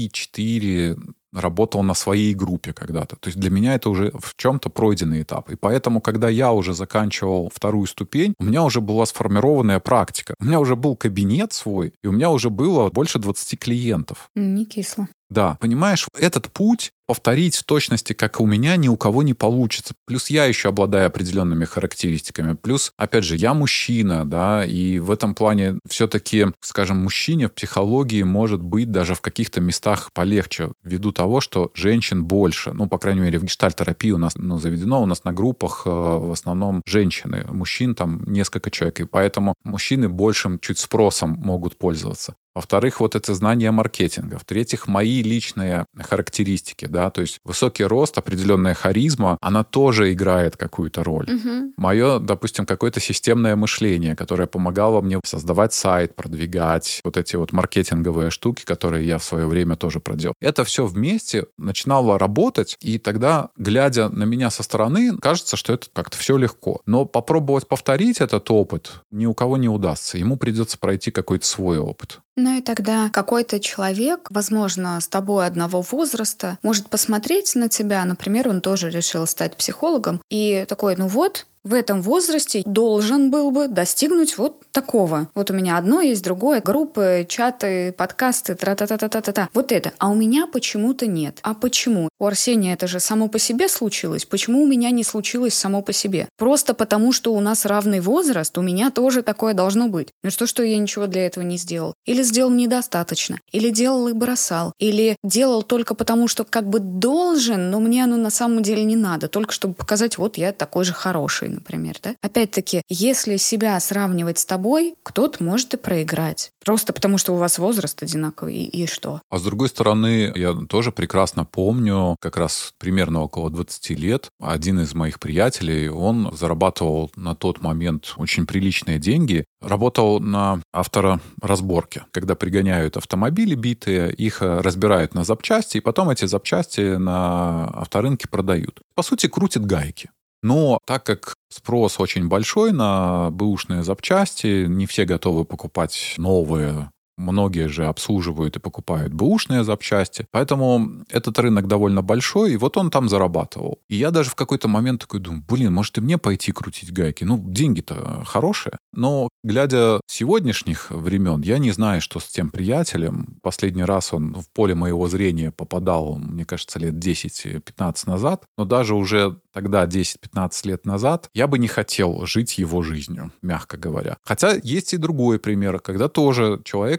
3-4 работал на своей группе когда-то. То есть для меня это уже в чем-то пройденный этап. И поэтому, когда я уже заканчивал вторую ступень, у меня уже была сформированная практика. У меня уже был кабинет свой, и у меня уже было больше 20 клиентов. Не кисло. Да, понимаешь, этот путь повторить в точности, как у меня, ни у кого не получится. Плюс я еще обладаю определенными характеристиками. Плюс, опять же, я мужчина, да, и в этом плане все-таки, скажем, мужчине в психологии может быть даже в каких-то местах полегче, ввиду того, что женщин больше. Ну, по крайней мере, в гештальт-терапии у нас заведено, у нас на группах в основном женщины. Мужчин там несколько человек, и поэтому мужчины большим чуть спросом могут пользоваться. Во-вторых, вот это знание маркетинга. В-третьих, мои личные характеристики, да, то есть высокий рост, определенная харизма, она тоже играет какую-то роль. Мое, допустим, какое-то системное мышление, которое помогало мне создавать сайт, продвигать вот эти вот маркетинговые штуки, которые я в свое время тоже проделал. Это все вместе начинало работать, и тогда, глядя на меня со стороны, кажется, что это как-то все легко. Но попробовать повторить этот опыт ни у кого не удастся. Ему придется пройти какой-то свой опыт. Ну и тогда какой-то человек, возможно, с тобой одного возраста, может посмотреть на тебя, например, он тоже решил стать психологом, и такой, в этом возрасте должен был бы достигнуть вот такого. Вот у меня одно есть, другое, группы, чаты, подкасты, тра-та-та-та-та-та. Вот это. А у меня почему-то нет. А почему? У Арсения это же само по себе случилось. Почему у меня не случилось само по себе? Просто потому, что у нас равный возраст, у меня тоже такое должно быть. Ну что я ничего для этого не сделал? Или сделал недостаточно? Или делал и бросал? Или делал только потому, что как бы должен, но мне оно на самом деле не надо. Только чтобы показать, вот я такой же хороший, например, да? Опять-таки, если себя сравнивать с тобой, кто-то может и проиграть. Просто потому, что у вас возраст одинаковый, и что? А с другой стороны, я тоже прекрасно помню, как раз примерно около 20 лет, один из моих приятелей, он зарабатывал на тот момент очень приличные деньги, работал на авторазборке, когда пригоняют автомобили битые, их разбирают на запчасти, и потом эти запчасти на авторынке продают. По сути, крутят гайки. Но так как спрос очень большой на бэушные запчасти, не все готовы покупать новые. Многие же обслуживают и покупают бэушные запчасти. Поэтому этот рынок довольно большой, и вот он там зарабатывал. И я даже в какой-то момент такой думаю, может и мне пойти крутить гайки? Деньги-то хорошие. Но глядя с сегодняшних времен, я не знаю, что с тем приятелем. Последний раз он в поле моего зрения попадал, мне кажется, лет 10-15 назад. Но даже уже тогда, 10-15 лет назад, я бы не хотел жить его жизнью, мягко говоря. Хотя есть и другой пример, когда тоже человек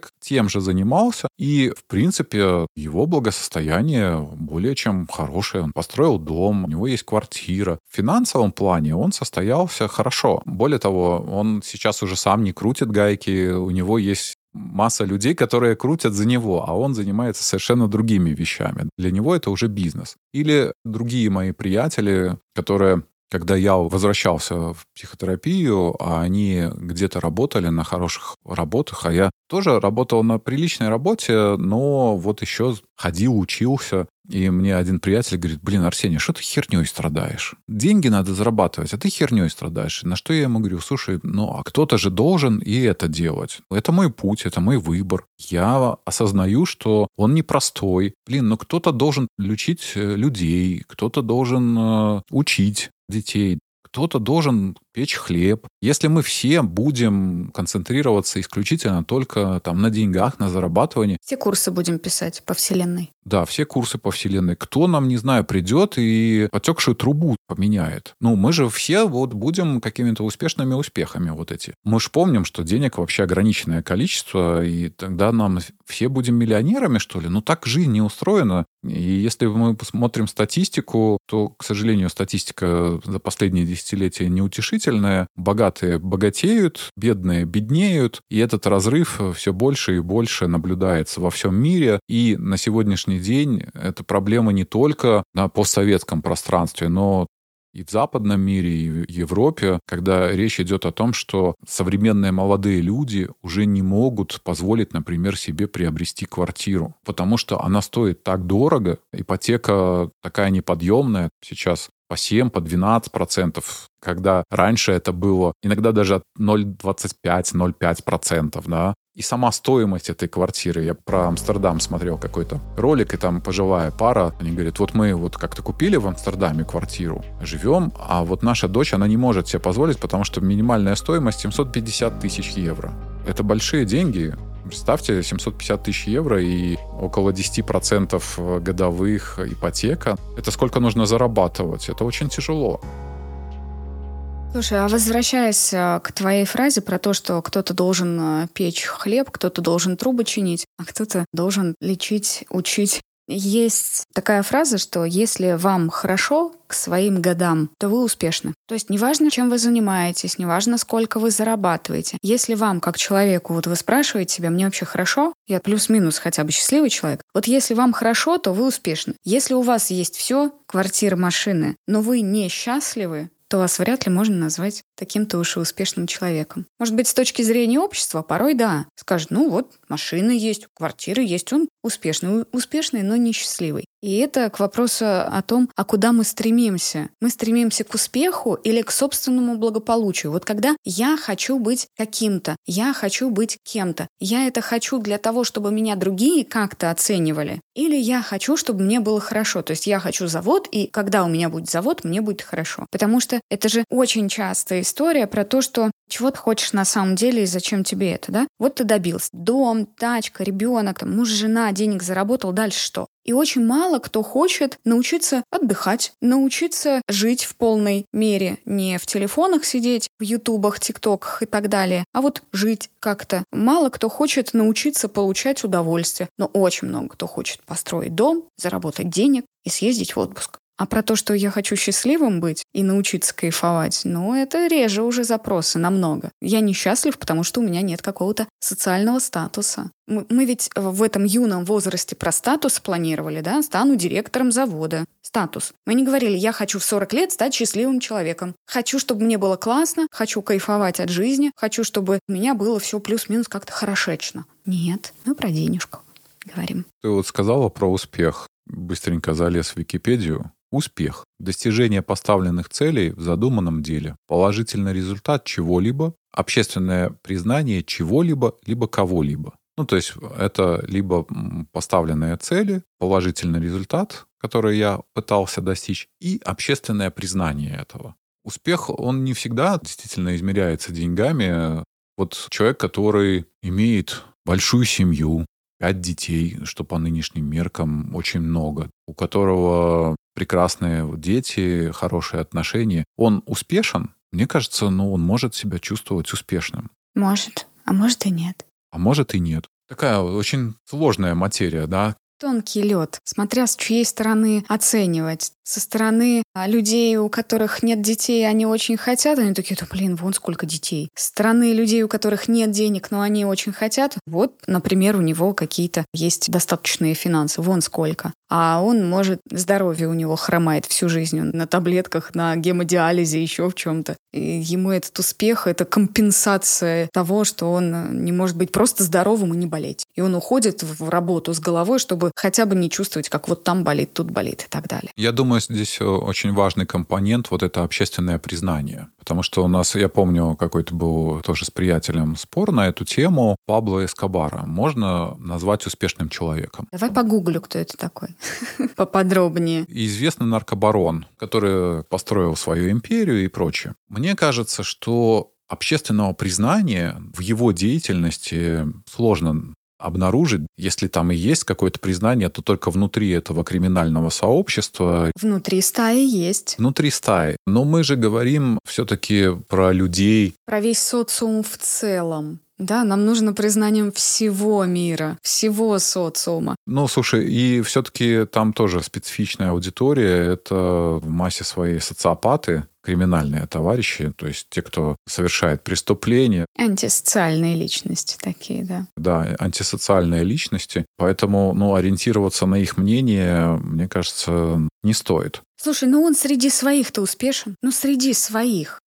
человек тем же занимался, и, в принципе, его благосостояние более чем хорошее. Он построил дом, у него есть квартира. В финансовом плане он состоялся хорошо. Более того, он сейчас уже сам не крутит гайки, у него есть масса людей, которые крутят за него, а он занимается совершенно другими вещами. Для него это уже бизнес. Или другие мои приятели, которые, когда я возвращался в психотерапию, а они где-то работали на хороших работах, а я тоже работал на приличной работе, но вот еще ходил, учился. И мне один приятель говорит: блин, Арсений, что ты херней страдаешь? Деньги надо зарабатывать, а ты херней страдаешь. На что я ему говорю: слушай, а кто-то же должен и это делать. Это мой путь, это мой выбор. Я осознаю, что он непростой. Кто-то должен лечить людей, кто-то должен учить детей, кто-то должен печь хлеб. Если мы все будем концентрироваться исключительно только на деньгах, на зарабатывании... Все курсы будем писать по Вселенной. Да, все курсы по Вселенной. Кто нам, не знаю, придет и потекшую трубу поменяет? Мы же все будем какими-то успешными успехами эти. Мы же помним, что денег вообще ограниченное количество, и тогда нам все будем миллионерами, что ли? Так жизнь не устроена. И если мы посмотрим статистику, то, к сожалению, статистика за последние десятилетия неутешительная. Богатые богатеют, бедные беднеют, и этот разрыв все больше и больше наблюдается во всем мире. И на сегодняшний день эта проблема не только на постсоветском пространстве, но и в западном мире, и в Европе, когда речь идет о том, что современные молодые люди уже не могут позволить, например, себе приобрести квартиру, потому что она стоит так дорого, ипотека такая неподъемная, сейчас по 7, по 12%, когда раньше это было иногда даже 0,25-0,5%, да. И сама стоимость этой квартиры, я про Амстердам смотрел какой-то ролик, и там пожилая пара, они говорят: мы как-то купили в Амстердаме квартиру, живем, а наша дочь, она не может себе позволить, потому что минимальная стоимость 750 тысяч евро. Это большие деньги. Представьте, 750 тысяч евро и около 10% годовых ипотека. Это сколько нужно зарабатывать? Это очень тяжело. Слушай, а возвращаясь к твоей фразе про то, что кто-то должен печь хлеб, кто-то должен трубы чинить, а кто-то должен лечить, учить. Есть такая фраза, что если вам хорошо к своим годам, то вы успешны. То есть неважно, чем вы занимаетесь, неважно, сколько вы зарабатываете. Если вам, как человеку, вы спрашиваете себя: мне вообще хорошо? Я плюс-минус хотя бы счастливый человек. Если вам хорошо, то вы успешны. Если у вас есть все, квартира, машины, но вы не счастливы, то вас вряд ли можно назвать таким-то уж и успешным человеком. Может быть, с точки зрения общества, порой да. Скажут: машина есть, квартира есть, он успешный, но несчастливый. И это к вопросу о том, а куда мы стремимся. Мы стремимся к успеху или к собственному благополучию. Когда я хочу быть каким-то, я хочу быть кем-то, я это хочу для того, чтобы меня другие как-то оценивали, или я хочу, чтобы мне было хорошо. То есть я хочу завод, и когда у меня будет завод, мне будет хорошо. Потому что это же очень частая история про то, что чего ты хочешь на самом деле и зачем тебе это, да? Ты добился. Дом, тачка, ребенок, муж, жена, денег заработал, дальше что? И очень мало кто хочет научиться отдыхать, научиться жить в полной мере. Не в телефонах сидеть, в ютубах, тиктоках и так далее, а жить как-то. Мало кто хочет научиться получать удовольствие, но очень много кто хочет построить дом, заработать денег и съездить в отпуск. А про то, что я хочу счастливым быть и научиться кайфовать, это реже уже запросы намного. Я несчастлив, потому что у меня нет какого-то социального статуса. Мы ведь в этом юном возрасте про статус планировали, да? Стану директором завода. Статус. Мы не говорили: я хочу в 40 лет стать счастливым человеком. Хочу, чтобы мне было классно, хочу кайфовать от жизни, хочу, чтобы у меня было все плюс-минус как-то хорошечно. Нет, мы про денежку говорим. Ты сказала про успех. Быстренько залез в Википедию. Успех. Достижение поставленных целей в задуманном деле. Положительный результат чего-либо. Общественное признание чего-либо, либо кого-либо. То есть это либо поставленные цели, положительный результат, который я пытался достичь, и общественное признание этого. Успех, он не всегда действительно измеряется деньгами. Человек, который имеет большую семью, 5 детей, что по нынешним меркам очень много, у которого прекрасные дети, хорошие отношения, он успешен? Мне кажется, он может себя чувствовать успешным. Может, а может и нет. А может и нет. Такая очень сложная материя, да? Тонкий лед, смотря с чьей стороны оценивать. Со стороны людей, у которых нет детей, они очень хотят, они такие, да блин, вон сколько детей. Со стороны людей, у которых нет денег, но они очень хотят, вот, например, у него какие-то есть достаточные финансы, вон сколько. А он, может, здоровье у него хромает всю жизнь, он на таблетках, на гемодиализе, еще в чем-то. И ему этот успех — это компенсация того, что он не может быть просто здоровым и не болеть. И он уходит в работу с головой, чтобы хотя бы не чувствовать, как вот там болит, тут болит и так далее. Я думаю, здесь очень важный компонент вот это общественное признание. Потому что у нас, я помню, какой-то был тоже с приятелем спор на эту тему. Пабло Эскобара можно назвать успешным человеком. Давай погуглю, кто это такой. Поподробнее. Известный наркобарон, который построил свою империю и прочее. Мне кажется, что общественного признания в его деятельности сложно обнаружить. Если там и есть какое-то признание, то только внутри этого криминального сообщества. Внутри стаи есть. Внутри стаи. Но мы же говорим все-таки про людей. Про весь социум в целом. Да, нам нужно признанием всего мира, всего социума. Ну, слушай, и все-таки там тоже специфичная аудитория. Это в массе своей социопаты, криминальные товарищи, то есть те, кто совершает преступления. Антисоциальные личности такие, да. Да, антисоциальные личности. Поэтому, ориентироваться на их мнение, мне кажется, не стоит. Слушай, он среди своих-то успешен. Среди своих.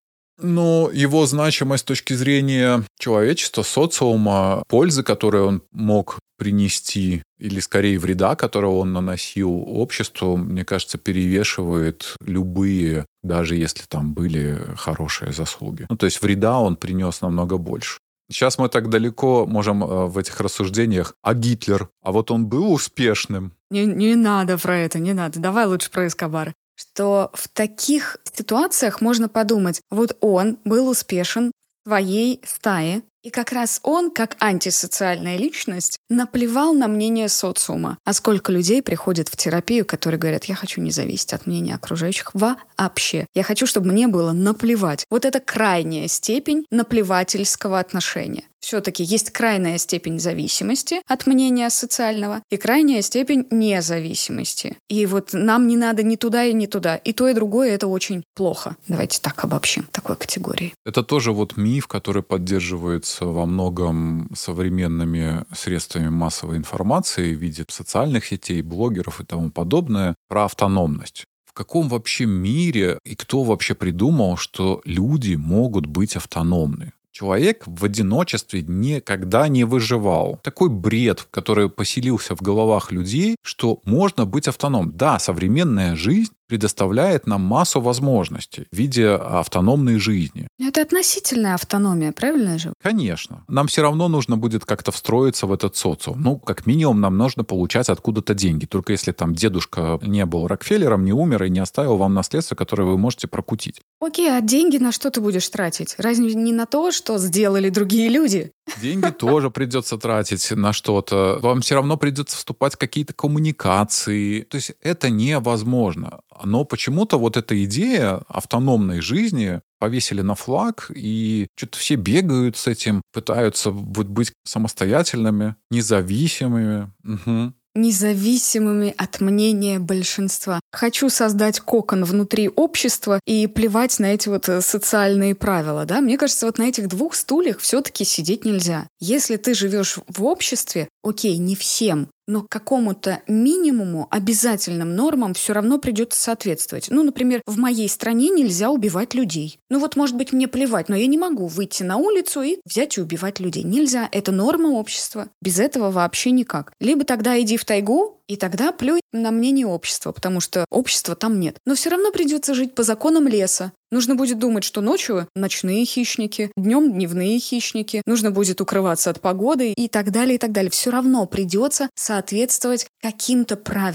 Но его значимость с точки зрения человечества, социума, пользы, которую он мог принести, или скорее вреда, которого он наносил обществу, мне кажется, перевешивает любые, даже если там были хорошие заслуги. То есть вреда он принес намного больше. Сейчас мы так далеко можем в этих рассуждениях. А Гитлер? А вот он был успешным? Не надо про это, не надо. Давай лучше про Эскобара. Что в таких ситуациях можно подумать, вот он был успешен в своей стае, и как раз он, как антисоциальная личность, наплевал на мнение социума. А сколько людей приходят в терапию, которые говорят, я хочу не зависеть от мнения окружающих вообще. Я хочу, чтобы мне было наплевать. Вот это крайняя степень наплевательского отношения. Все-таки есть крайняя степень зависимости от мнения социального и крайняя степень независимости. И вот нам не надо ни туда и ни туда. И то, и другое — это очень плохо. Давайте так обобщим, такой категории. Это тоже миф, который поддерживается во многом современными средствами массовой информации в виде социальных сетей, блогеров и тому подобное, про автономность. В каком вообще мире и кто вообще придумал, что люди могут быть автономны? Человек в одиночестве никогда не выживал. Такой бред, который поселился в головах людей, что можно быть автономным. Да, современная жизнь предоставляет нам массу возможностей в виде автономной жизни. Это относительная автономия, правильно же? Конечно. Нам все равно нужно будет как-то встроиться в этот социум. Как минимум, нам нужно получать откуда-то деньги. Только если там дедушка не был Рокфеллером, не умер и не оставил вам наследство, которое вы можете прокутить. Окей, а деньги на что ты будешь тратить? Разве не на то, что сделали другие люди? Деньги тоже придется тратить на что-то. Вам все равно придется вступать в какие-то коммуникации. То есть это невозможно. Но почему-то эта идея автономной жизни повесили на флаг, и что-то все бегают с этим, пытаются быть самостоятельными, независимыми. Угу. Независимыми от мнения большинства. Хочу создать кокон внутри общества и плевать на эти социальные правила. Да? Мне кажется, на этих двух стульях все-таки сидеть нельзя. Если ты живешь в обществе, окей, не всем, но к какому-то минимуму, обязательным нормам все равно придется соответствовать. Например, в моей стране нельзя убивать людей. Может быть, мне плевать, но я не могу выйти на улицу и взять и убивать людей. Нельзя. Это норма общества. Без этого вообще никак. Либо тогда иди в тайгу, и тогда плюй на мнение общества, потому что общества там нет. Но все равно придется жить по законам леса. Нужно будет думать, что ночью ночные хищники, днем дневные хищники, нужно будет укрываться от погоды и так далее, и так далее. Все равно придется соответствовать каким-то правилам.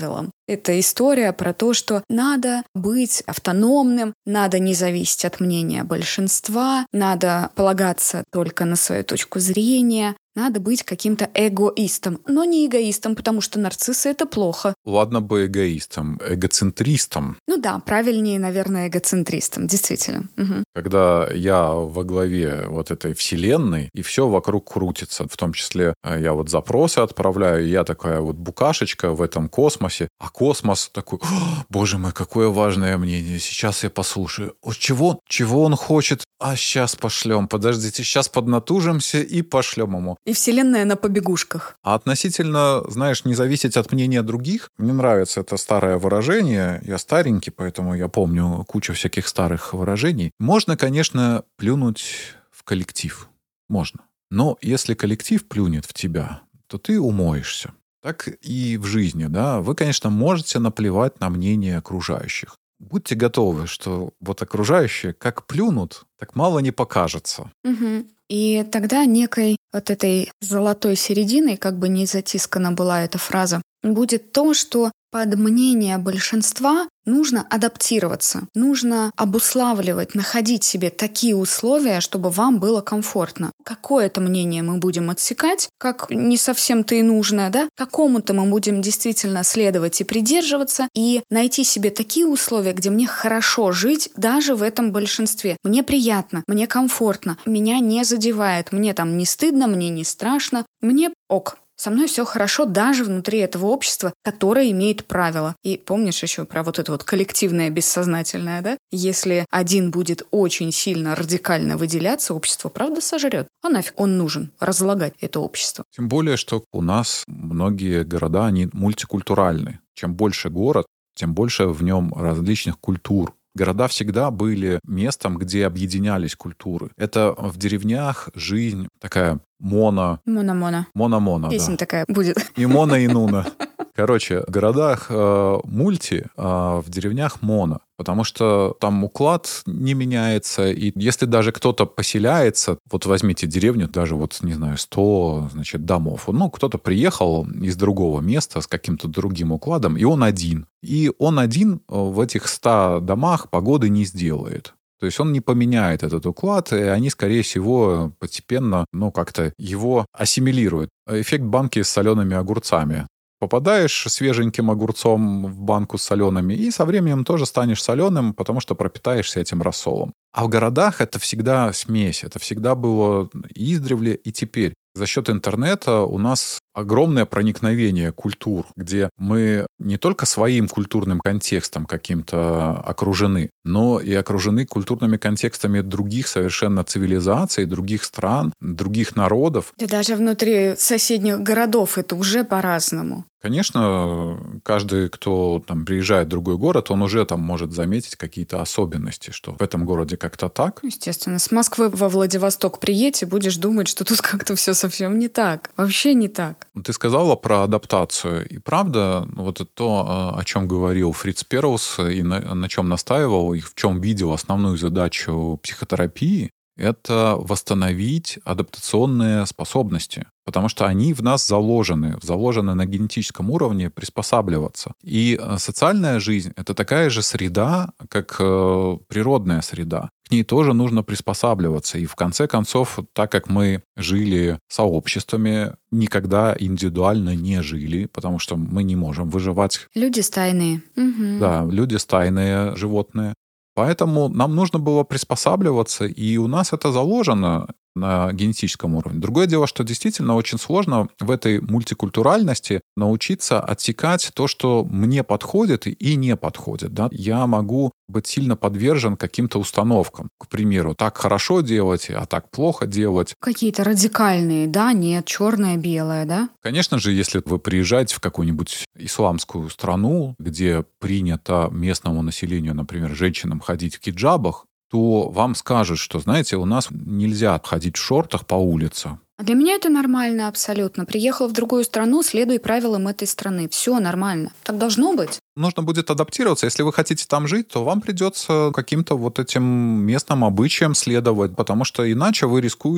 Это история про то, что надо быть автономным, надо не зависеть от мнения большинства, надо полагаться только на свою точку зрения, надо быть каким-то эгоистом, но не эгоистом, потому что нарциссы — это плохо. Ладно бы эгоистом, эгоцентристом. Ну да, правильнее, наверное, эгоцентристом, действительно. Угу. Когда я во главе вот этой вселенной, и все вокруг крутится. В том числе я вот запросы отправляю, и я такая вот букашечка в этом космосе. А космос такой: боже мой, какое важное мнение. Сейчас я послушаю. Чего он хочет? А сейчас пошлем. Подождите, сейчас поднатужимся и пошлем ему. И вселенная на побегушках. А относительно, знаешь, не зависеть от мнения других, мне нравится это старое выражение. Я старенький, поэтому я помню кучу всяких старых выражений. Можно, конечно, плюнуть в коллектив. Можно. Но если коллектив плюнет в тебя, то ты умоешься. Так и в жизни, да. Вы, конечно, можете наплевать на мнение окружающих. Будьте готовы, что вот окружающие как плюнут, так мало не покажется. Угу. И тогда некой вот этой золотой серединой, как бы не затискана была эта фраза, будет то, что под мнение большинства нужно адаптироваться, нужно обуславливать, находить себе такие условия, чтобы вам было комфортно. Какое-то мнение мы будем отсекать, как не совсем-то и нужное, да? Какому-то мы будем действительно следовать и придерживаться, и найти себе такие условия, где мне хорошо жить даже в этом большинстве. Мне приятно, мне комфортно, меня не задевает, мне там не стыдно, мне не страшно, мне ок. Со мной все хорошо даже внутри этого общества, которое имеет правила. И помнишь еще про вот это вот коллективное бессознательное, да? Если один будет очень сильно радикально выделяться, общество правда сожрет. А нафиг он нужен? Разлагать это общество. Тем более, что у нас многие города, они мультикультуральны. Чем больше город, тем больше в нем различных культур. Города всегда были местом, где объединялись культуры. Это в деревнях жизнь такая Моно-моно. Моно-моно, Песня да. такая будет. И моно, и нуно. Короче, в городах мульти, а в деревнях моно. Потому что там уклад не меняется. И если даже кто-то поселяется, вот возьмите деревню, даже вот, не знаю, 100, значит, домов. Ну, кто-то приехал из другого места с каким-то другим укладом, и он один. И он один в этих 100 домах погоды не сделает. То есть он не поменяет этот уклад, и они, скорее всего, постепенно, как-то его ассимилируют. Эффект банки с солеными огурцами. Попадаешь свеженьким огурцом в банку с солеными, и со временем тоже станешь соленым, потому что пропитаешься этим рассолом. А в городах это всегда смесь, это всегда было издревле и теперь. За счет интернета у нас огромное проникновение культур, где мы не только своим культурным контекстом каким-то окружены, но и окружены культурными контекстами других совершенно цивилизаций, других стран, других народов. Да даже внутри соседних городов это уже по-разному. Конечно, каждый, кто там приезжает в другой город, он уже там может заметить какие-то особенности, что в этом городе как-то так. Естественно, с Москвы во Владивосток приедь и будешь думать, что тут как-то все совсем не так. Вообще не так. Ты сказала про адаптацию. И правда, вот это то, о чем говорил Фриц Перлс и на чем настаивал, и в чем видел основную задачу психотерапии, это восстановить адаптационные способности. Потому что они в нас заложены на генетическом уровне приспосабливаться. И социальная жизнь — это такая же среда, как природная среда. К ней тоже нужно приспосабливаться. И в конце концов, так как мы жили сообществами, никогда индивидуально не жили, потому что мы не можем выживать. Люди стайные. Угу. Да, люди стайные животные. Поэтому нам нужно было приспосабливаться, и у нас это заложено на генетическом уровне. Другое дело, что действительно очень сложно в этой мультикультуральности научиться отсекать то, что мне подходит и не подходит. Да? Я могу быть сильно подвержен каким-то установкам. К примеру, так хорошо делать, а так плохо делать. Какие-то радикальные, да, нет, черное, белое, да? Конечно же, если вы приезжаете в какую-нибудь исламскую страну, где принято местному населению, например, женщинам ходить в хиджабах, то вам скажут, что, знаете, у нас нельзя ходить в шортах по улице. А для меня это нормально абсолютно. Приехал в другую страну, следуй правилам этой страны. Все нормально. Так должно быть. Нужно будет адаптироваться. Если вы хотите там жить, то вам придется каким-то вот этим местным обычаям следовать, потому что иначе вы рискуете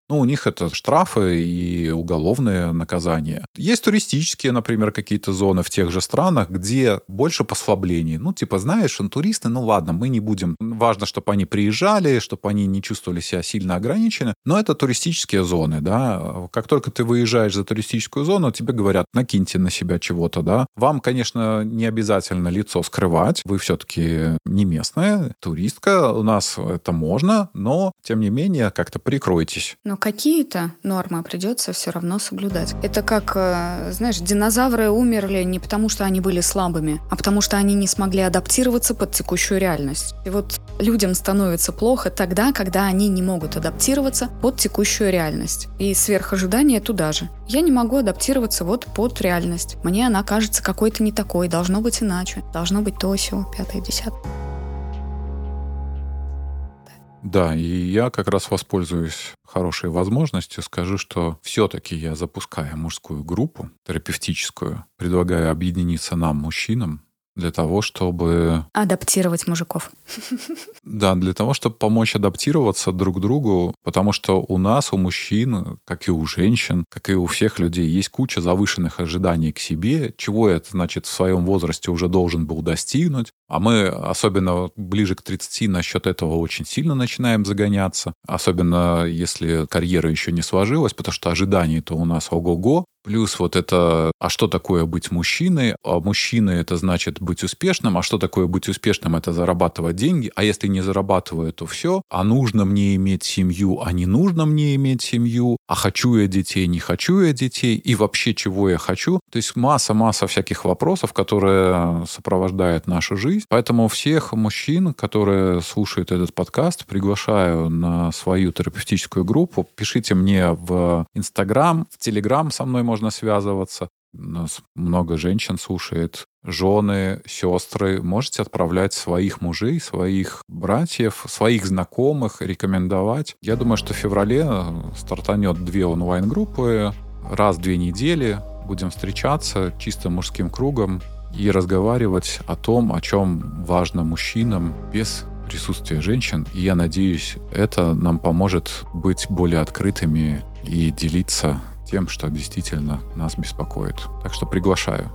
Ну, у них это штрафы и уголовные наказания. Есть туристические, например, какие-то зоны в тех же странах, где больше послаблений. Ну, типа, знаешь, туристы, ну ладно, мы не будем. Важно, чтобы они приезжали, чтобы они не чувствовали себя сильно ограничены. Но это туристические зоны, да. Как только ты выезжаешь за туристическую зону, тебе говорят, накиньте на себя чего-то, да. Вам, конечно, не обязательно лицо скрывать. Вы все-таки не местная, туристка. У нас это можно, но, тем не менее, как-то прикройтесь. Но какие-то нормы придется все равно соблюдать. Это как, знаешь, динозавры умерли не потому, что они были слабыми, а потому что они не смогли адаптироваться под текущую реальность. И вот людям становится плохо тогда, когда они не могут адаптироваться под текущую реальность. И сверхожидание туда же. Я не могу адаптироваться вот под реальность. Мне она кажется какой-то не такой, должно быть иначе. Должно быть то, сё, 5-10. Да, и я как раз воспользуюсь хорошей возможностью, скажу, что все-таки я запускаю мужскую группу терапевтическую, предлагаю объединиться нам, мужчинам, для того, чтобы... Адаптировать мужиков. Да, для того, чтобы помочь адаптироваться друг другу, потому что у нас, у мужчин, как и у женщин, как и у всех людей, есть куча завышенных ожиданий к себе, чего это, значит, в своем возрасте уже должен был достигнуть, а мы, особенно ближе к 30, насчет этого очень сильно начинаем загоняться, особенно если карьера еще не сложилась, потому что ожиданий-то у нас ого-го. Плюс вот это, а что такое быть мужчиной? А мужчина — это значит быть успешным. А что такое быть успешным? Это зарабатывать деньги. А если не зарабатываю, то все. А нужно мне иметь семью, а не нужно мне иметь семью. А хочу я детей, не хочу я детей. И вообще, чего я хочу? То есть масса всяких вопросов, которые сопровождают нашу жизнь. Поэтому всех мужчин, которые слушают этот подкаст, приглашаю на свою терапевтическую группу. Пишите мне в Инстаграм, в Телеграм со мной можно связываться. У нас много женщин слушает, жены, сестры. Можете отправлять своих мужей, своих братьев, своих знакомых, рекомендовать. Я думаю, что в феврале стартанет 2 онлайн-группы. Раз в 2 недели будем встречаться чисто мужским кругом и разговаривать о том, о чем важно мужчинам без присутствия женщин. И я надеюсь, это нам поможет быть более открытыми и делиться тем, что действительно нас беспокоит. Так что приглашаю.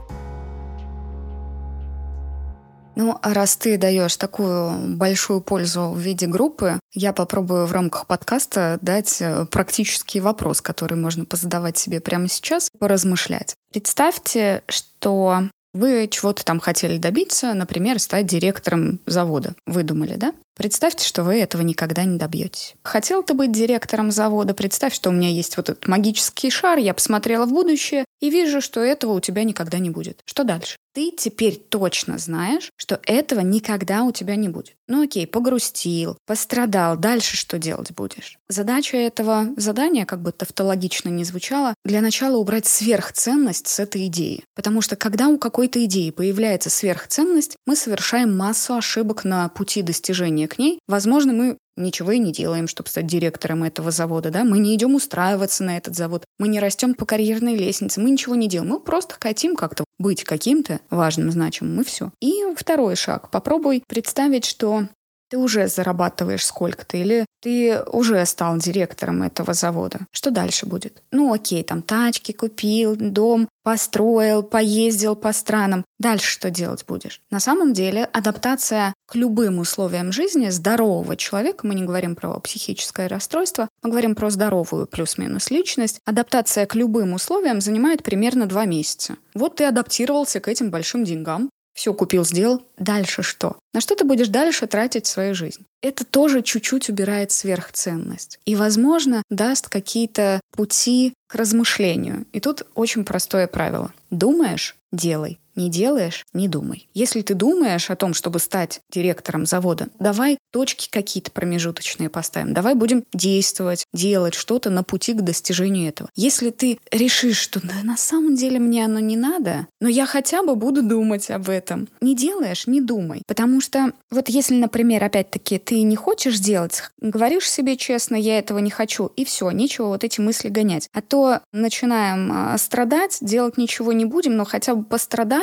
Ну, а раз ты даешь такую большую пользу в виде группы, я попробую в рамках подкаста дать практический вопрос, который можно позадавать себе прямо сейчас, поразмышлять. Представьте, что вы чего-то там хотели добиться, например, стать директором завода. Выдумали, да? Представьте, что вы этого никогда не добьетесь. Хотел ты быть директором завода, представь, что у меня есть вот этот магический шар, я посмотрела в будущее и вижу, что этого у тебя никогда не будет. Что дальше? Ты теперь точно знаешь, что этого никогда у тебя не будет. Ну окей, погрустил, пострадал, дальше что делать будешь? Задача этого задания, как бы тавтологично ни звучало, для начала убрать сверхценность с этой идеи. Потому что когда у какой-то идеи появляется сверхценность, мы совершаем массу ошибок на пути достижения к ней. Возможно, мы ничего и не делаем, чтобы стать директором этого завода, да? Мы не идем устраиваться на этот завод, мы не растем по карьерной лестнице, мы ничего не делаем. Мы просто хотим как-то быть каким-то важным, значимым, и все. И второй шаг. Попробуй представить, что ты уже зарабатываешь сколько-то, или ты уже стал директором этого завода. Что дальше будет? Ну окей, там тачки купил, дом построил, поездил по странам. Дальше что делать будешь? На самом деле адаптация к любым условиям жизни здорового человека, мы не говорим про психическое расстройство, мы говорим про здоровую плюс-минус личность, адаптация к любым условиям занимает примерно 2 месяца. Вот ты адаптировался к этим большим деньгам, все купил, сделал. Дальше что? На что ты будешь дальше тратить свою жизнь? Это тоже чуть-чуть убирает сверхценность. И, возможно, даст какие-то пути к размышлению. И тут очень простое правило. Думаешь — делай. Не делаешь — не думай. Если ты думаешь о том, чтобы стать директором завода, давай точки какие-то промежуточные поставим. Давай будем действовать, делать что-то на пути к достижению этого. Если ты решишь, что да, на самом деле мне оно не надо, но я хотя бы буду думать об этом. Не делаешь — не думай. Потому что вот если, например, опять-таки ты не хочешь делать, говоришь себе честно, я этого не хочу, и все, нечего вот эти мысли гонять. А то начинаем страдать, делать ничего не будем, но хотя бы пострадаем,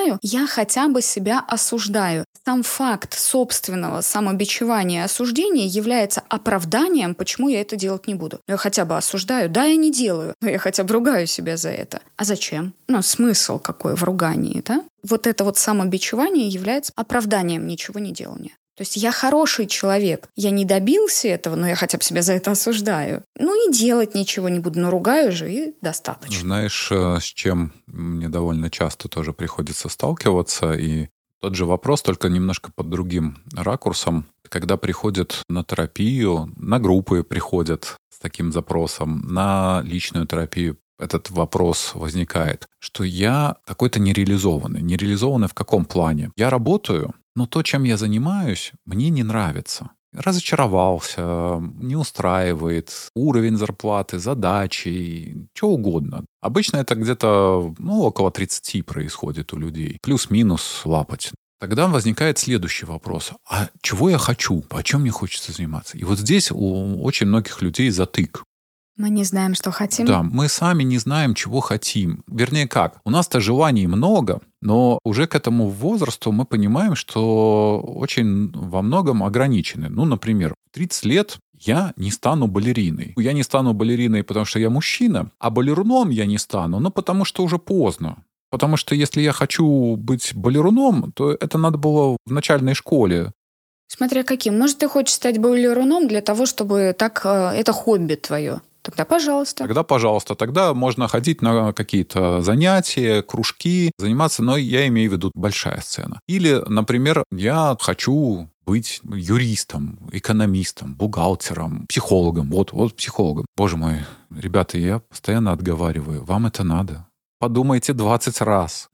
осуждаю, я хотя бы себя осуждаю. Сам факт собственного самобичевания и осуждения является оправданием, почему я это делать не буду. Я хотя бы осуждаю. Да, я не делаю, но я хотя бы ругаю себя за это. А зачем? Смысл какой в ругании, да? Вот это вот самобичевание является оправданием ничего не делания. То есть я хороший человек, я не добился этого, но я хотя бы себя за это осуждаю. И делать ничего не буду, но ругаю же, и достаточно. Знаешь, с чем мне довольно часто тоже приходится сталкиваться, и тот же вопрос, только немножко под другим ракурсом. Когда приходят на терапию, на группы приходят с таким запросом, на личную терапию, этот вопрос возникает, что я какой-то нереализованный. Нереализованный в каком плане? Я работаю, но то, чем я занимаюсь, мне не нравится. Разочаровался, не устраивает уровень зарплаты, задачи, что угодно. Обычно это где-то около 30 происходит у людей. Плюс-минус лапать. Тогда возникает следующий вопрос. А чего я хочу? О чем мне хочется заниматься? И вот здесь у очень многих людей затык. Мы не знаем, что хотим. Да, мы сами не знаем, чего хотим. Вернее, как? У нас-то желаний много, но уже к этому возрасту мы понимаем, что очень во многом ограничены. Например, в 30 лет я не стану балериной. Я не стану балериной, потому что я мужчина, а балеруном я не стану, потому что уже поздно. Потому что если я хочу быть балеруном, то это надо было в начальной школе. Смотря каким. Может, ты хочешь стать балеруном для того, чтобы это хобби твое. Тогда пожалуйста. Тогда можно ходить на какие-то занятия, кружки, заниматься, но я имею в виду большая сцена. Или, например, я хочу быть юристом, экономистом, бухгалтером, психологом. Вот психологом. Боже мой, ребята, я постоянно отговариваю. Вам это надо. Подумайте 20 раз.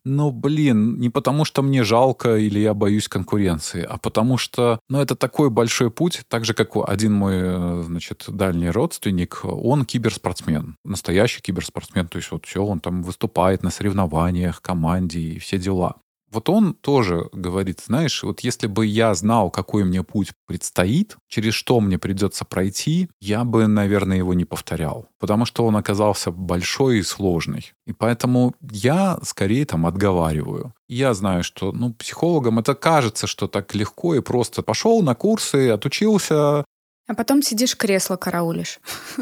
Не потому что мне жалко или я боюсь конкуренции, а потому что, это такой большой путь, так же, как один мой, дальний родственник, он киберспортсмен, настоящий киберспортсмен, то есть все, он там выступает на соревнованиях, команде и все дела. Вот он тоже говорит, знаешь, вот если бы я знал, какой мне путь предстоит, через что мне придется пройти, я бы, наверное, его не повторял. Потому что он оказался большой и сложный. И поэтому я скорее отговариваю. Я знаю, что психологам это кажется, что так легко и просто. Пошел на курсы, отучился. А потом сидишь, кресло караулишь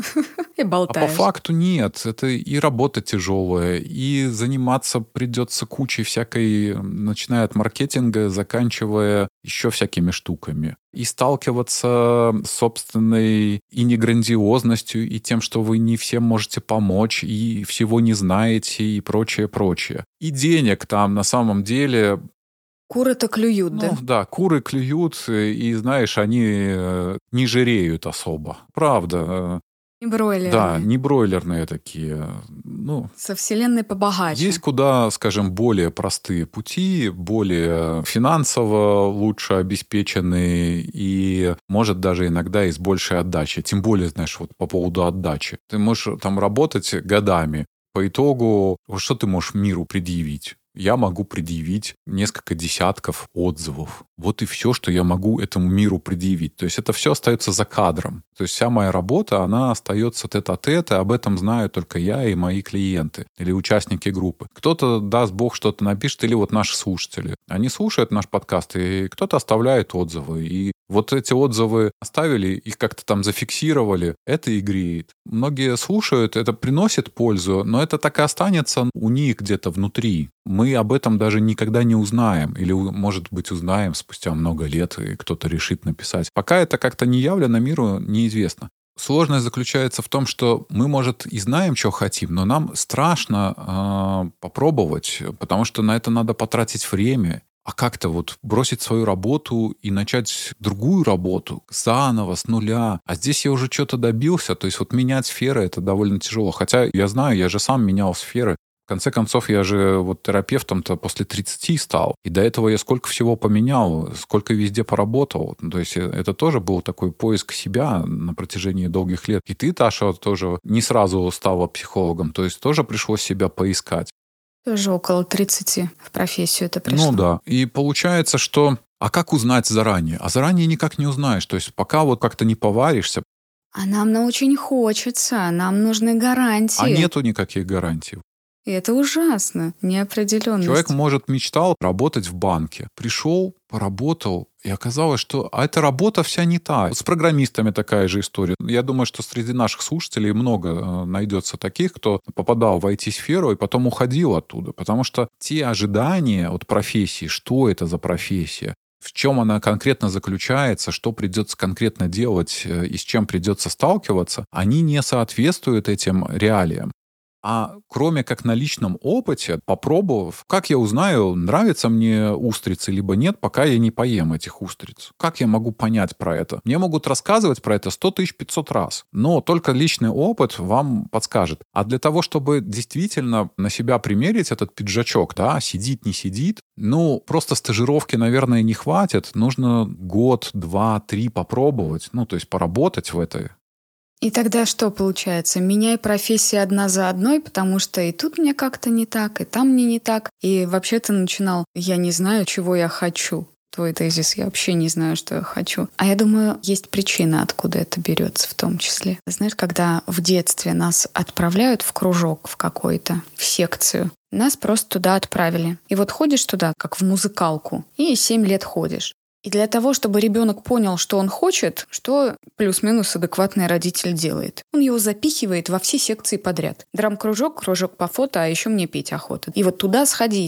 и болтаешь. А по факту нет. Это и работа тяжелая, и заниматься придется кучей всякой, начиная от маркетинга, заканчивая еще всякими штуками. И сталкиваться с собственной и неграндиозностью, и тем, что вы не всем можете помочь, и всего не знаете, и прочее. И денег там на самом деле... Куры-то клюют, да? Да, куры клюют, и, знаешь, они не жиреют особо. Правда. Не бройлерные. Да, не бройлерные такие. Со вселенной побогаче. Есть куда, скажем, более простые пути, более финансово лучше обеспеченные и, может, даже иногда и с большей отдачей. Тем более, знаешь, по поводу отдачи. Ты можешь там работать годами. По итогу, что ты можешь миру предъявить? Я могу предъявить несколько десятков отзывов. Вот и все, что я могу этому миру предъявить. То есть это все остается за кадром. То есть вся моя работа, она остается тет-а-тет, и об этом знаю только я и мои клиенты или участники группы. Кто-то, даст бог, что-то напишет, или наши слушатели. Они слушают наш подкаст, и кто-то оставляет отзывы. И вот эти отзывы оставили, их как-то там зафиксировали. Это и греет. Многие слушают, это приносит пользу, но это так и останется у них где-то внутри. Мы об этом даже никогда не узнаем. Или, может быть, узнаем спустя много лет, и кто-то решит написать. Пока это как-то не явлено миру, неизвестно. Сложность заключается в том, что мы, может, и знаем, что хотим, но нам страшно попробовать, потому что на это надо потратить время. А как-то бросить свою работу и начать другую работу заново, с нуля. А здесь я уже что-то добился. То есть менять сферы — это довольно тяжело. Хотя я знаю, я же сам менял сферы. В конце концов, я же терапевтом-то после 30 стал. И до этого я сколько всего поменял, сколько везде поработал. То есть это тоже был такой поиск себя на протяжении долгих лет. И ты, Таша, тоже не сразу стала психологом. То есть тоже пришлось себя поискать. Тоже около 30 в профессию это пришло. Да. И получается, что... А как узнать заранее? А заранее никак не узнаешь. То есть пока как-то не поваришься. А нам очень хочется. Нам нужны гарантии. А нету никаких гарантий. И это ужасно, неопределенность. Человек, может, мечтал работать в банке. Пришел, поработал, и оказалось, что эта работа вся не та. Вот с программистами такая же история. Я думаю, что среди наших слушателей много найдется таких, кто попадал в IT-сферу и потом уходил оттуда. Потому что те ожидания от профессии, что это за профессия, в чем она конкретно заключается, что придется конкретно делать и с чем придется сталкиваться, они не соответствуют этим реалиям. А кроме как на личном опыте, попробовав, как я узнаю, нравятся мне устрицы либо нет, пока я не поем этих устриц? Как я могу понять про это? Мне могут рассказывать про это 100 500 раз, но только личный опыт вам подскажет. А для того, чтобы действительно на себя примерить этот пиджачок, да, сидит, не сидит, просто стажировки, наверное, не хватит. Нужно год, 2, 3 попробовать, то есть поработать в этой. И тогда что получается? Меняй профессии одна за одной, потому что и тут мне как-то не так, и там мне не так. И вообще ты начинал, я не знаю, чего я хочу. Твой тезис, я вообще не знаю, что я хочу. А я думаю, есть причина, откуда это берется в том числе. Знаешь, когда в детстве нас отправляют в кружок в какой-то, в секцию, нас просто туда отправили. И вот ходишь туда, как в музыкалку, и 7 лет ходишь. И для того, чтобы ребенок понял, что он хочет, что плюс-минус адекватный родитель делает, он его запихивает во все секции подряд. Драм-кружок, кружок по фото, а еще мне петь охота. И вот туда сходи,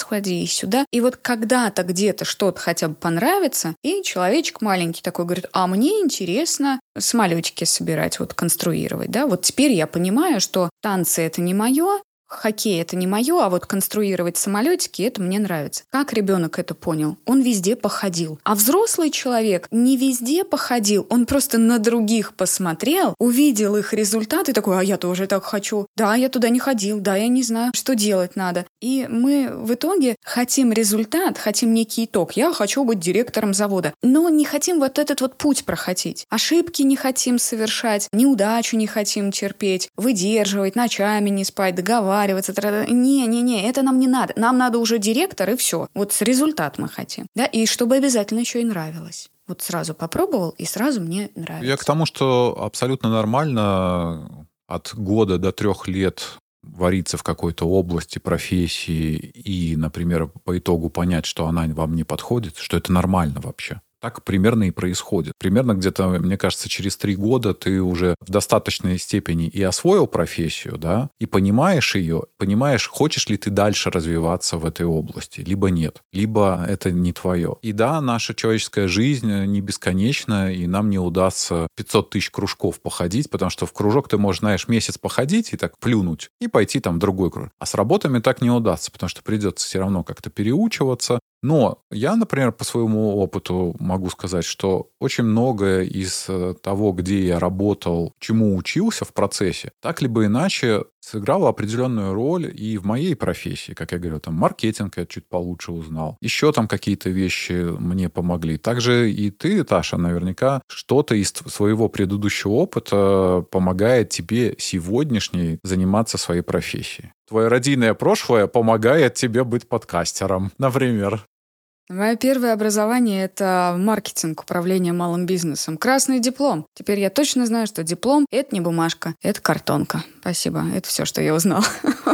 и сюда. И вот когда-то где-то что-то хотя бы понравится, и человечек маленький такой говорит, а мне интересно самолетики собирать, конструировать. Да? Вот теперь я понимаю, что танцы — это не мое, хоккей — это не мое, а вот конструировать самолетики — это мне нравится. Как ребенок это понял? Он везде походил. А взрослый человек не везде походил, он просто на других посмотрел, увидел их результаты и такой, а я тоже так хочу. Да, я туда не ходил, да, я не знаю, что делать надо. И мы в итоге хотим результат, хотим некий итог. Я хочу быть директором завода. Но не хотим вот этот вот путь проходить. Ошибки не хотим совершать, неудачу не хотим терпеть, выдерживать, ночами не спать, договариваться. Не, это нам не надо. Нам надо уже директор, и все. Вот результат мы хотим. Да? И чтобы обязательно еще и нравилось. Вот сразу попробовал, и сразу мне нравится. Я к тому, что абсолютно нормально от года до 3 лет вариться в какой-то области, профессии и, например, по итогу понять, что она вам не подходит, что это нормально вообще. Так примерно и происходит. Примерно где-то, мне кажется, через 3 года ты уже в достаточной степени и освоил профессию, да, и понимаешь ее, понимаешь, хочешь ли ты дальше развиваться в этой области, либо нет, либо это не твое. И да, наша человеческая жизнь не бесконечна, и нам не удастся 500 тысяч кружков походить, потому что в кружок ты можешь, знаешь, месяц походить и так плюнуть, и пойти там в другой кружок. А с работами так не удастся, потому что придется все равно как-то переучиваться. Но я, например, по своему опыту могу сказать, что очень многое из того, где я работал, чему учился в процессе, так либо иначе сыграло определенную роль и в моей профессии. Как я говорю, там маркетинг я чуть получше узнал. Еще там какие-то вещи мне помогли. Также и ты, Таша, наверняка что-то из своего предыдущего опыта помогает тебе сегодняшней заниматься своей профессией. Твое родийное прошлое помогает тебе быть подкастером, например. Мое первое образование — это маркетинг, управление малым бизнесом. Красный диплом. Теперь я точно знаю, что диплом — это не бумажка, это картонка. Спасибо. Это все, что я узнала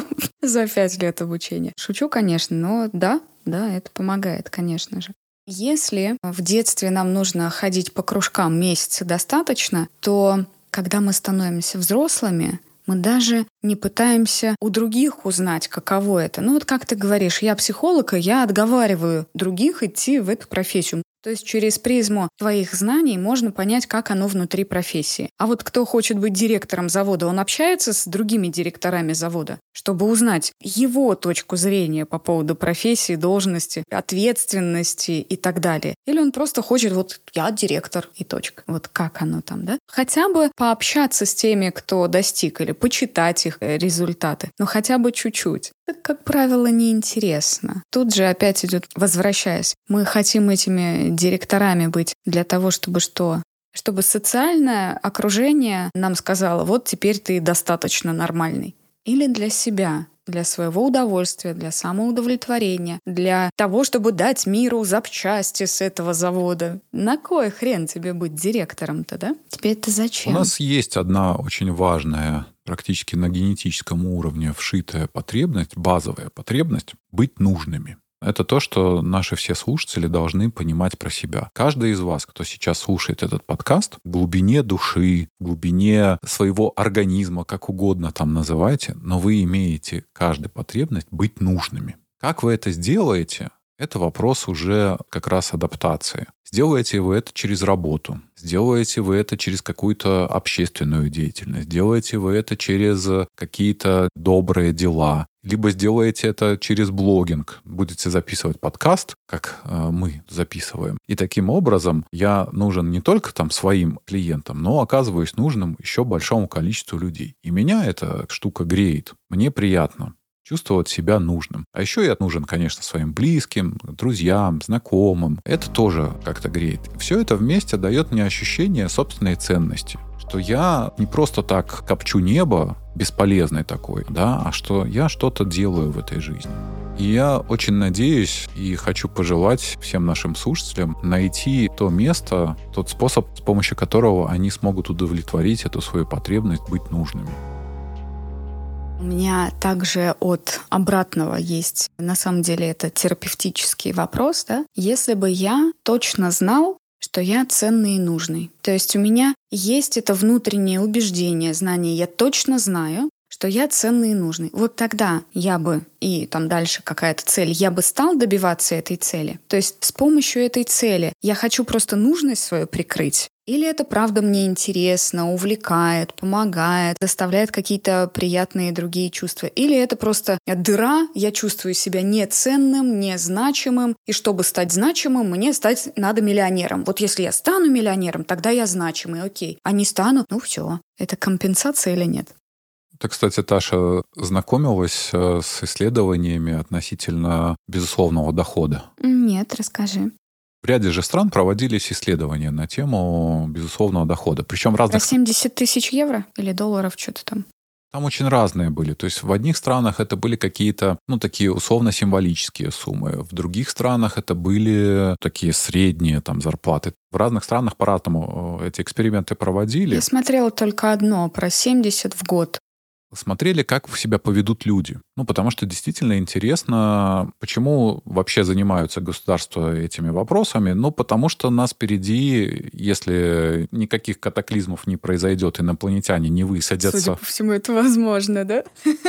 за 5 лет обучения. Шучу, конечно, но да, это помогает, конечно же. Если в детстве нам нужно ходить по кружкам месяца достаточно, то когда мы становимся взрослыми, мы даже не пытаемся у других узнать, каково это. Вот как ты говоришь, я психолог, и я отговариваю других идти в эту профессию. То есть через призму твоих знаний можно понять, как оно внутри профессии. А вот кто хочет быть директором завода, он общается с другими директорами завода, чтобы узнать его точку зрения по поводу профессии, должности, ответственности и так далее. Или он просто хочет, я директор и точка. Вот как оно там, да? Хотя бы пообщаться с теми, кто достиг, или почитать их результаты. Но хотя бы чуть-чуть. Это, как правило, неинтересно. Тут же опять идет, возвращаясь, мы хотим этими директорами быть для того, чтобы что? Чтобы социальное окружение нам сказало, вот теперь ты достаточно нормальный. Или для себя. для своего удовольствия, для самоудовлетворения, для того, чтобы дать миру запчасти с этого завода. На кой хрен тебе быть директором-то, да? Тебе это зачем? У нас есть одна очень важная, практически на генетическом уровне вшитая потребность, базовая потребность быть нужными. Это то, что наши все слушатели должны понимать про себя. Каждый из вас, кто сейчас слушает этот подкаст, в глубине души, в глубине своего организма, как угодно там называйте, но вы имеете каждую потребность быть нужными. Как вы это сделаете? Это вопрос уже как раз адаптации. Сделаете вы это через работу, сделаете вы это через какую-то общественную деятельность, сделаете вы это через какие-то добрые дела, либо сделаете это через блогинг, будете записывать подкаст, как мы записываем. И таким образом я нужен не только там своим клиентам, но оказываюсь нужным еще большому количеству людей. И меня эта штука греет. Мне приятно чувствовать себя нужным. А еще я нужен, конечно, своим близким, друзьям, знакомым. Это тоже как-то греет. Все это вместе дает мне ощущение собственной ценности. Что я не просто так копчу небо, бесполезный такой, да, а что я что-то делаю в этой жизни. И я очень надеюсь и хочу пожелать всем нашим слушателям найти то место, тот способ, с помощью которого они смогут удовлетворить эту свою потребность быть нужными. У меня также от обратного есть, на самом деле, это терапевтический вопрос, да? Если бы я точно знал, что я ценный и нужный. То есть у меня есть это внутреннее убеждение, знание, я точно знаю, что я ценный и нужный. Вот тогда я бы, и там дальше какая-то цель, я бы стал добиваться этой цели. То есть с помощью этой цели я хочу просто нужность свою прикрыть. Или это правда мне интересно, увлекает, помогает, доставляет какие-то приятные другие чувства. Или это просто дыра, я чувствую себя неценным, незначимым, и чтобы стать значимым, мне стать надо миллионером. Вот если я стану миллионером, тогда я значимый, окей. А не стану, ну все. Это компенсация или нет? Ты, кстати, Таша, знакомилась с исследованиями относительно безусловного дохода? Нет, расскажи. В ряде же стран проводились исследования на тему безусловного дохода. Причем Про разных... 70 тысяч евро или долларов, что-то там? Там очень разные были. То есть в одних странах это были какие-то, такие условно-символические суммы. В других странах это были такие средние там зарплаты. В разных странах по-разному эти эксперименты проводили. Я смотрела только одно, про 70 в год. Смотрели, как себя поведут люди. Потому что действительно интересно, почему вообще занимаются государства этими вопросами. Потому что нас впереди, если никаких катаклизмов не произойдет, инопланетяне не высадятся... Судя по всему, это возможно, да?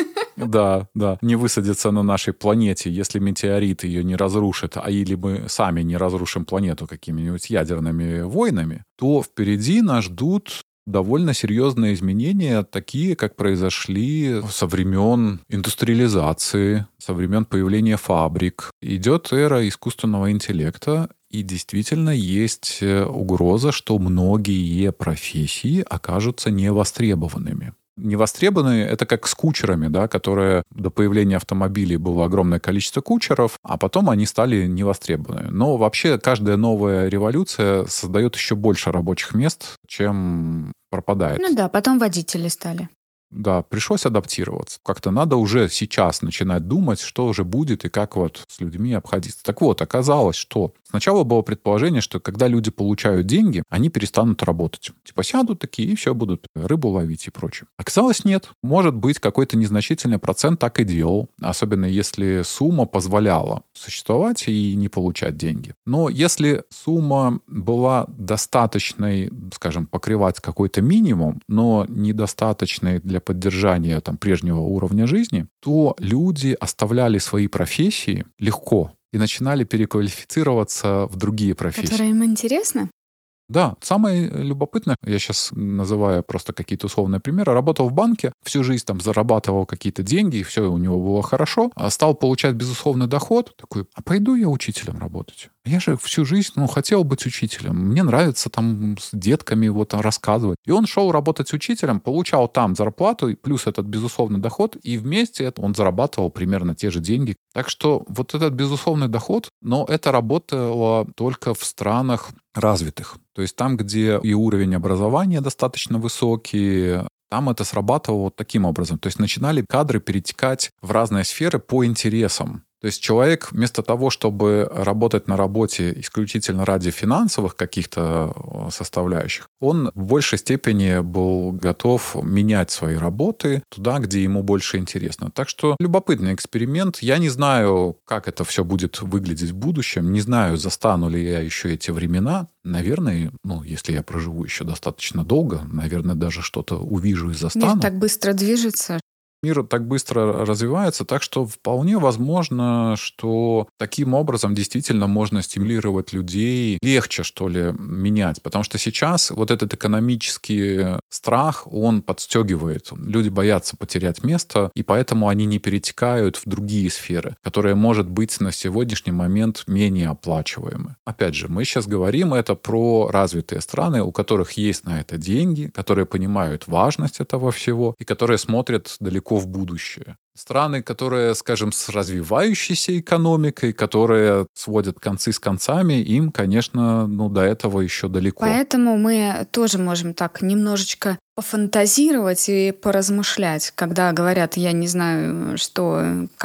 Да. Не высадятся на нашей планете, если метеорит ее не разрушит, или мы сами не разрушим планету какими-нибудь ядерными войнами, то впереди нас ждут довольно серьезные изменения, такие, как произошли со времен индустриализации, со времен появления фабрик. Идет эра искусственного интеллекта, и действительно есть угроза, что многие профессии окажутся невостребованными. Невостребованные — это как с кучерами, да, которые до появления автомобилей было огромное количество кучеров, а потом они стали невостребованы. Но вообще каждая новая революция создает еще больше рабочих мест, чем пропадает. Потом водители стали. Да, пришлось адаптироваться. Как-то надо уже сейчас начинать думать, что уже будет и как с людьми обходиться. Так вот, оказалось, что сначала было предположение, что когда люди получают деньги, они перестанут работать. Сядут такие и все, будут рыбу ловить и прочее. Оказалось, нет. Может быть, какой-то незначительный процент так и делал. Особенно если сумма позволяла существовать и не получать деньги. Но если сумма была достаточной, скажем, покрывать какой-то минимум, но недостаточной для поддержания прежнего уровня жизни, то люди оставляли свои профессии легко и начинали переквалифицироваться в другие профессии. Которые им интересны? Да, самое любопытное, я сейчас называю просто какие-то условные примеры, работал в банке, всю жизнь зарабатывал какие-то деньги, и все у него было хорошо, а стал получать безусловный доход, такой, а пойду я учителем работать. Я же всю жизнь, хотел быть учителем. Мне нравится с детками рассказывать. И он шел работать учителем, получал там зарплату, плюс этот безусловный доход, и вместе он зарабатывал примерно те же деньги. Так что этот безусловный доход, но это работало только в странах развитых. То есть там, где и уровень образования достаточно высокий, Там это срабатывало вот таким образом. То есть начинали кадры перетекать в разные сферы по интересам. То есть человек вместо того, чтобы работать на работе исключительно ради финансовых каких-то составляющих, он в большей степени был готов менять свои работы туда, где ему больше интересно. Так что любопытный эксперимент. Я не знаю, как это все будет выглядеть в будущем. Не знаю, застану ли я еще эти времена. Наверное, если я проживу еще достаточно долго, наверное, даже что-то увижу и застану. Мир так быстро движется. Мир так быстро развивается, так что вполне возможно, что таким образом действительно можно стимулировать людей легче, что ли, менять. Потому что сейчас вот этот экономический страх, он подстегивает. Люди боятся потерять место, и поэтому они не перетекают в другие сферы, которые, может быть, на сегодняшний момент менее оплачиваемы. Опять же, мы сейчас говорим это про развитые страны, у которых есть на это деньги, которые понимают важность этого всего и которые смотрят далеко в будущее. Страны, которые, скажем, с развивающейся экономикой, которые сводят концы с концами, им, конечно, до этого еще далеко. Поэтому мы тоже можем так немножечко пофантазировать и поразмышлять, когда говорят, я не знаю, что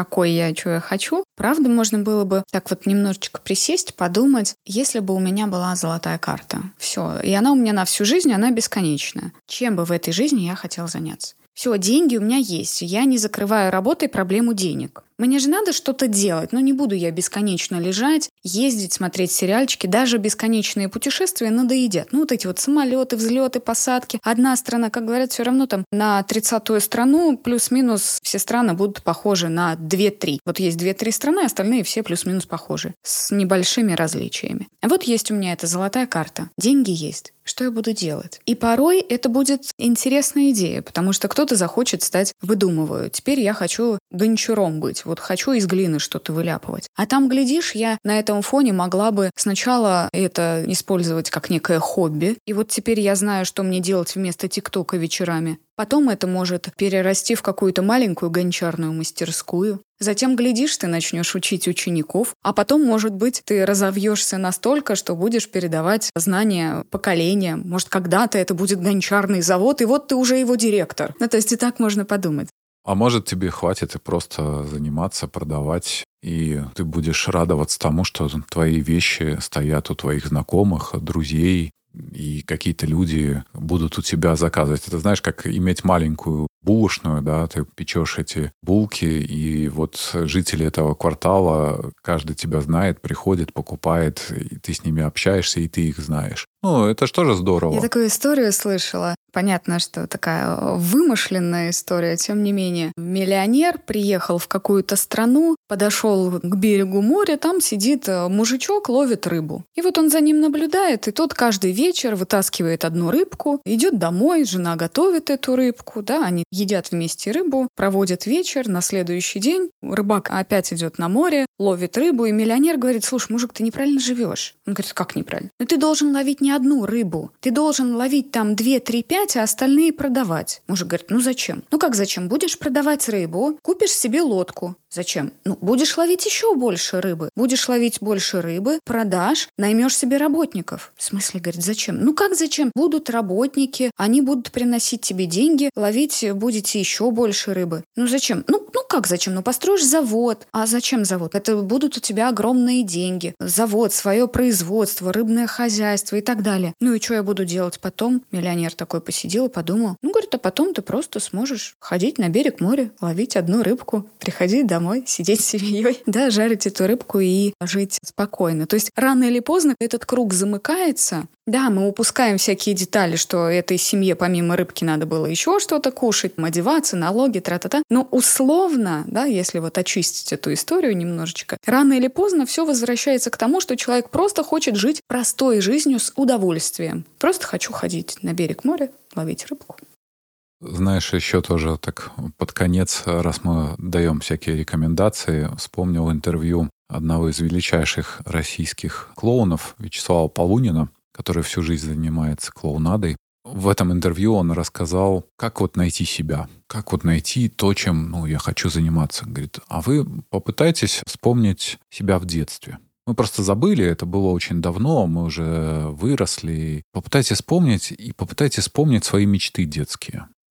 я хочу. Правда, можно было бы так вот немножечко присесть, подумать, если бы у меня была золотая карта. Все. И она у меня на всю жизнь, она бесконечная. Чем бы в этой жизни я хотела заняться? Все, деньги у меня есть. Я не закрываю работой проблему денег. Мне же надо что-то делать, но не буду я бесконечно лежать, ездить, смотреть сериальчики. Даже бесконечные путешествия надоедят. Вот эти вот самолеты, взлеты, посадки. Одна страна, как говорят, все равно там на 30-ю страну плюс-минус все страны будут похожи на 2-3. Вот есть 2-3 страны, остальные все плюс-минус похожи. С небольшими различиями. А вот есть у меня эта золотая карта. Деньги есть. Что я буду делать? И порой это будет интересная идея, потому что кто-то захочет стать, выдумываю, теперь я хочу гончаром быть, вот хочу из глины что-то выляпывать. А там, глядишь, я на этом фоне могла бы сначала это использовать как некое хобби, и вот теперь я знаю, что мне делать вместо ТикТока вечерами. Потом это может перерасти в какую-то маленькую гончарную мастерскую. Затем, глядишь, ты начнешь учить учеников, а потом, может быть, ты разовьешься настолько, что будешь передавать знания поколениям. Может, когда-то это будет гончарный завод, и вот ты уже его директор. То есть и так можно подумать. А может, тебе хватит и просто заниматься, продавать, и ты будешь радоваться тому, что твои вещи стоят у твоих знакомых, друзей, и какие-то люди будут у тебя заказывать. Это, знаешь, как иметь маленькую булочную, да, ты печешь эти булки, и вот жители этого квартала, каждый тебя знает, приходит, покупает, и ты с ними общаешься, и ты их знаешь. Это же тоже здорово. Я такую историю слышала. Понятно, что такая вымышленная история, тем не менее. Миллионер приехал в какую-то страну, подошел к берегу моря, там сидит мужичок, ловит рыбу. И вот он за ним наблюдает, и тот каждый вечер вытаскивает одну рыбку, идет домой, жена готовит эту рыбку, да, они едят вместе рыбу, проводят вечер, на следующий день рыбак опять идет на море, ловит рыбу, и миллионер говорит: слушай, мужик, ты неправильно живешь. Он говорит: как неправильно? Ты должен ловить не одну рыбу, ты должен ловить там 2, 3, 5, а остальные продавать. Мужик говорит: зачем? Как зачем? Будешь продавать рыбу, купишь себе лодку. Зачем? Будешь ловить еще больше рыбы. Будешь ловить больше рыбы, продашь, наймешь себе работников. В смысле, говорит, зачем? Как зачем? Будут работники, они будут приносить тебе деньги, ловить будете еще больше рыбы. Зачем? Как зачем? Построишь завод. А зачем завод? Это будут у тебя огромные деньги. Завод, свое производство, рыбное хозяйство и так далее. И что я буду делать потом? Миллионер такой посидел и подумал. Говорит, а потом ты просто сможешь ходить на берег моря, ловить одну рыбку, приходить домой, сидеть с семьей, да, жарить эту рыбку и жить спокойно. То есть рано или поздно этот круг замыкается. Да, мы упускаем всякие детали, что этой семье помимо рыбки надо было еще что-то кушать, одеваться, налоги, тра-та-та. Но условно, да, если вот очистить эту историю немножечко, рано или поздно все возвращается к тому, что человек просто хочет жить простой жизнью с удовольствием. Просто хочу ходить на берег моря, ловить рыбку. Знаешь, еще тоже так под конец, раз мы даем всякие рекомендации, вспомнил интервью одного из величайших российских клоунов Вячеслава Полунина, который всю жизнь занимается клоунадой. В этом интервью он рассказал, как найти себя, как найти то, чем я хочу заниматься. Говорит, а вы попытайтесь вспомнить себя в детстве. Мы просто забыли, это было очень давно, мы уже выросли. Попытайтесь вспомнить свои мечты детские.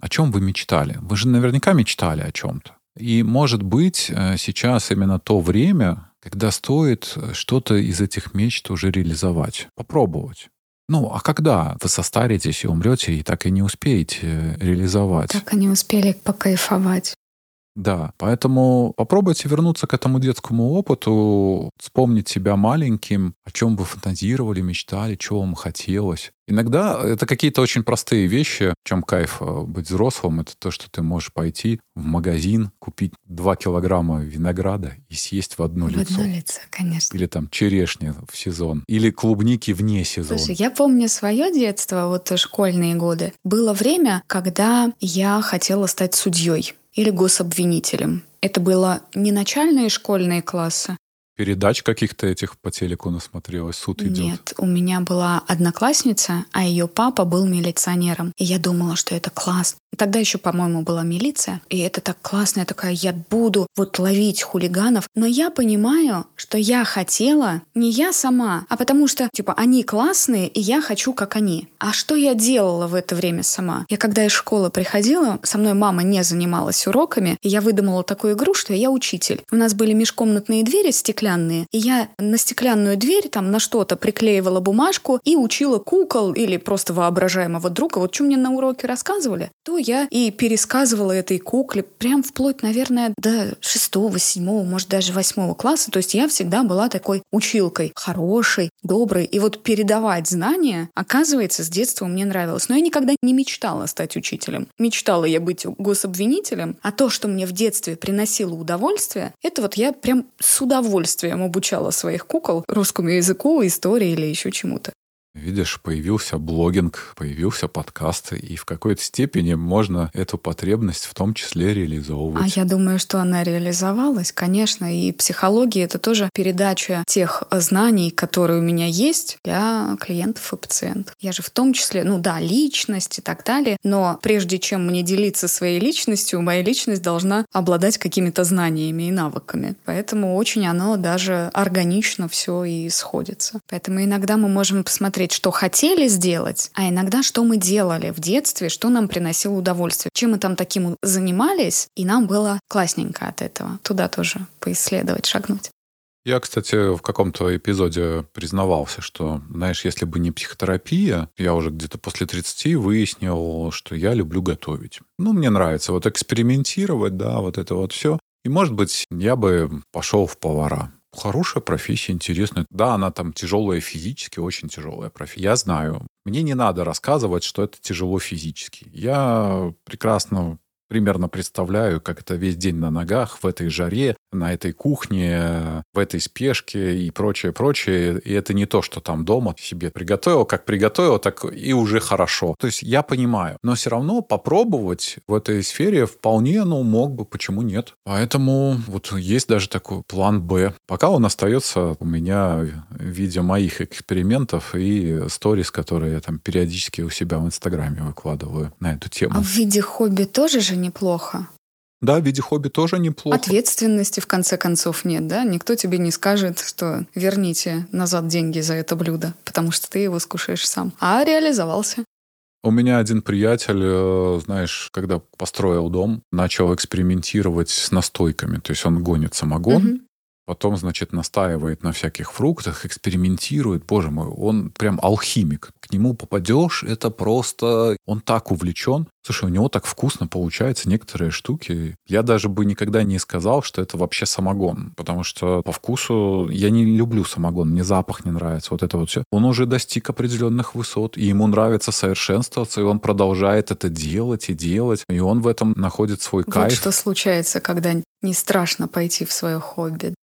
О чем вы мечтали? Вы же наверняка мечтали о чем-то. И, может быть, сейчас именно то время, когда стоит что-то из этих мечт уже реализовать, попробовать. Ну, а когда вы состаритесь и умрете, и так и не успеете реализовать? Так и не успели покайфовать. Да, поэтому попробуйте вернуться к этому детскому опыту, вспомнить себя маленьким, о чем вы фантазировали, мечтали, чего вам хотелось. Иногда это какие-то очень простые вещи. В чем кайф быть взрослым? Это то, что ты можешь пойти в магазин, купить 2 килограмма винограда и съесть в одно лицо. В одно лицо, конечно. Или там черешни в сезон. Или клубники вне сезона. Слушай, я помню свое детство, вот школьные годы. Было время, когда я хотела стать судьей или гособвинителем. Это было не начальные школьные классы. Передач каких-то этих по телеку насмотрелась, суд идет. Нет, у меня была одноклассница, а ее папа был милиционером. И я думала, что это класс. Тогда еще, по-моему, была милиция. И это так классно. Я такая, я буду вот ловить хулиганов. Но я понимаю, что я хотела не я сама, а потому что, типа, они классные, и я хочу, как они. А что я делала в это время сама? Я когда из школы приходила, со мной мама не занималась уроками, и я выдумала такую игру, что я учитель. У нас были межкомнатные двери стеклянные, и я на стеклянную дверь там на что-то приклеивала бумажку и учила кукол или просто воображаемого друга. Вот что мне на уроке рассказывали, то я и пересказывала этой кукле прям вплоть, наверное, до 6-го, 7-го, может, даже 8-го класса. То есть я всегда была такой училкой, хорошей, доброй. И вот передавать знания, оказывается, с детства мне нравилось. Но я никогда не мечтала стать учителем. Мечтала я быть гособвинителем, а то, что мне в детстве приносило удовольствие, это вот я прям с удовольствием обучала своих кукол русскому языку, истории или еще чему-то. Видишь, появился блогинг, появился подкаст, и в какой-то степени можно эту потребность в том числе реализовывать. А я думаю, что она реализовалась, конечно, и психология — это тоже передача тех знаний, которые у меня есть для клиентов и пациентов. Я же в том числе, личность и так далее, но прежде чем мне делиться своей личностью, моя личность должна обладать какими-то знаниями и навыками. Поэтому очень оно даже органично все и сходится. Поэтому иногда мы можем посмотреть, что хотели сделать, а иногда что мы делали в детстве, что нам приносило удовольствие, чем мы там таким занимались, и нам было классненько от этого. Туда тоже поисследовать, шагнуть. Я, кстати, в каком-то эпизоде признавался, что, знаешь, если бы не психотерапия, я уже где-то после 30 выяснил, что я люблю готовить. Мне нравится вот экспериментировать, да, вот это вот все. И, может быть, я бы пошел в повара. Хорошая профессия, интересная. Да, она там тяжелая физически, очень тяжелая профессия. Я знаю. Мне не надо рассказывать, что это тяжело физически. Я прекрасно примерно представляю, как это весь день на ногах, в этой жаре, на этой кухне, в этой спешке и прочее, прочее. И это не то, что там дома себе приготовил, как приготовил, так и уже хорошо. То есть я понимаю. Но все равно попробовать в этой сфере вполне, мог бы, почему нет. Поэтому вот есть даже такой план «Б». Пока он остается у меня в виде моих экспериментов и сторис, которые я там периодически у себя в Инстаграме выкладываю на эту тему. А в виде хобби тоже же неплохо. Да, в виде хобби тоже неплохо. Ответственности, в конце концов, нет, да? Никто тебе не скажет, что верните назад деньги за это блюдо, потому что ты его скушаешь сам. А реализовался. У меня один приятель, знаешь, когда построил дом, начал экспериментировать с настойками. То есть он гонит самогон, потом, значит, настаивает на всяких фруктах, экспериментирует. Боже мой, он прям алхимик. К нему попадешь, это просто... Он так увлечен. Слушай, у него так вкусно получаются некоторые штуки. Я даже бы никогда не сказал, что это вообще самогон. Потому что по вкусу я не люблю самогон. Мне запах не нравится. Вот это вот все. Он уже достиг определенных высот. И ему нравится совершенствоваться. И он продолжает это делать и делать. И он в этом находит свой кайф. Вот что случается, когда не страшно пойти в свое хобби.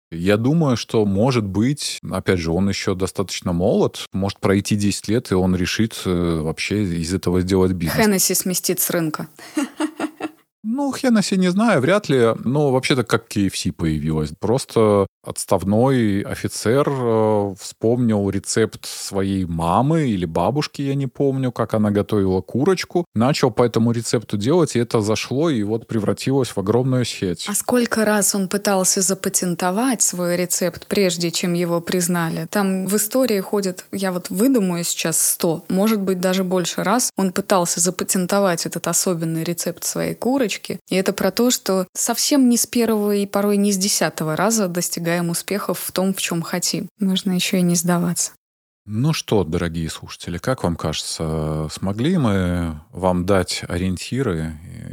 Я думаю, что, может быть, опять же, он еще достаточно молод, может пройти 10 лет, и он решит вообще из этого сделать бизнес. Хеннесси сместит с рынка. Ну, Хеннесси не знаю, вряд ли. Но вообще-то как KFC появилась. Просто отставной офицер вспомнил рецепт своей мамы или бабушки, я не помню, как она готовила курочку. Начал по этому рецепту делать, и это зашло, и вот превратилось в огромную сеть. А сколько раз он пытался запатентовать свой рецепт, прежде чем его признали? Там в истории ходит, я вот выдумаю сейчас 100, может быть, даже больше раз он пытался запатентовать этот особенный рецепт своей курочки. И это про то, что совсем не с первого и порой не с 10-го раза достигаем успехов в том, в чем хотим. Нужно еще и не сдаваться. Ну что, дорогие слушатели, как вам кажется, смогли мы вам дать ориентиры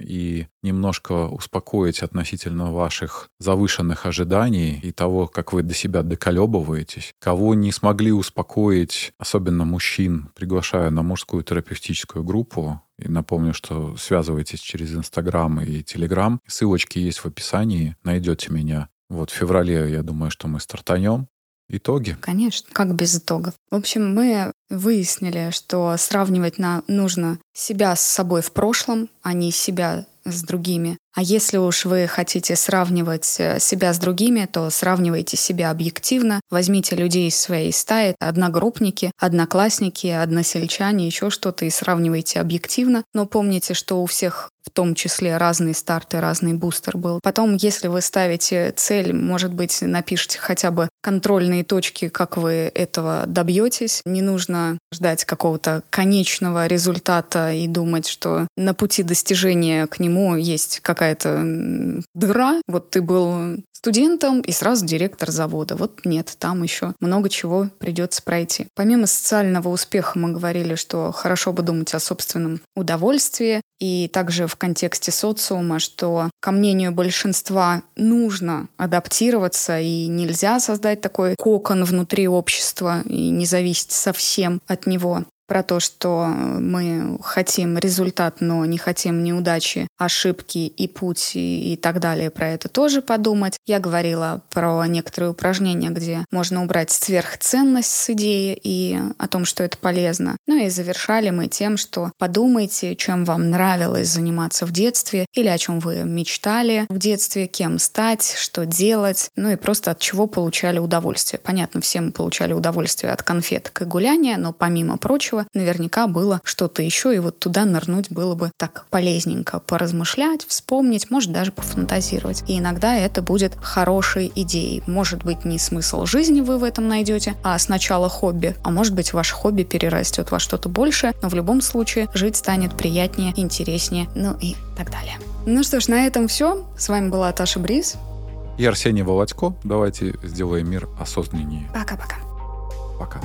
и немножко успокоить относительно ваших завышенных ожиданий и того, как вы до себя доколебываетесь? Кого не смогли успокоить, особенно мужчин, приглашаю на мужскую терапевтическую группу. И напомню, что связывайтесь через Инстаграм и Телеграм. Ссылочки есть в описании, найдете меня. Вот в феврале, я думаю, что мы стартанем. Итоги. Конечно, как без итогов. В общем, мы выяснили, что сравнивать нужно себя с собой в прошлом, а не себя с другими. А если уж вы хотите сравнивать себя с другими, то сравнивайте себя объективно. Возьмите людей из своей стаи, одногруппники, одноклассники, односельчане, еще что-то, и сравнивайте объективно. Но помните, что у всех в том числе разный старт и разный бустер был. Потом, если вы ставите цель, может быть, напишите хотя бы контрольные точки, как вы этого добьетесь. Не нужно ждать какого-то конечного результата и думать, что на пути достижения к нему есть какая-то дыра. Вот ты был студентом и сразу директор завода. Вот нет, там еще много чего придется пройти. Помимо социального успеха мы говорили, что хорошо бы думать о собственном удовольствии, и также в контексте социума, что, ко мнению большинства, нужно адаптироваться, и нельзя создать такой кокон внутри общества и не зависеть совсем от него. Про то, что мы хотим результат, но не хотим неудачи, ошибки и путь и так далее. Про это тоже подумать. Я говорила про некоторые упражнения, где можно убрать сверхценность с идеи и о том, что это полезно. Ну и завершали мы тем, что подумайте, чем вам нравилось заниматься в детстве или о чем вы мечтали в детстве, кем стать, что делать, ну и просто от чего получали удовольствие. Понятно, все мы получали удовольствие от конфеток и гуляния, но помимо прочего, наверняка было что-то еще, и вот туда нырнуть было бы так полезненько поразмышлять, вспомнить, может даже пофантазировать. И иногда это будет хорошей идеей. Может быть, не смысл жизни вы в этом найдете, а сначала хобби. А может быть, ваше хобби перерастет во что-то большее, но в любом случае жить станет приятнее, интереснее, ну и так далее. Ну что ж, на этом все. С вами была Таша Бриз. И Арсений Володько. Давайте сделаем мир осознаннее. Пока-пока. Пока.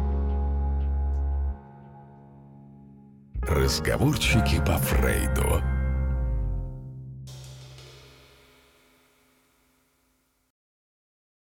Разговорчики по Фрейду.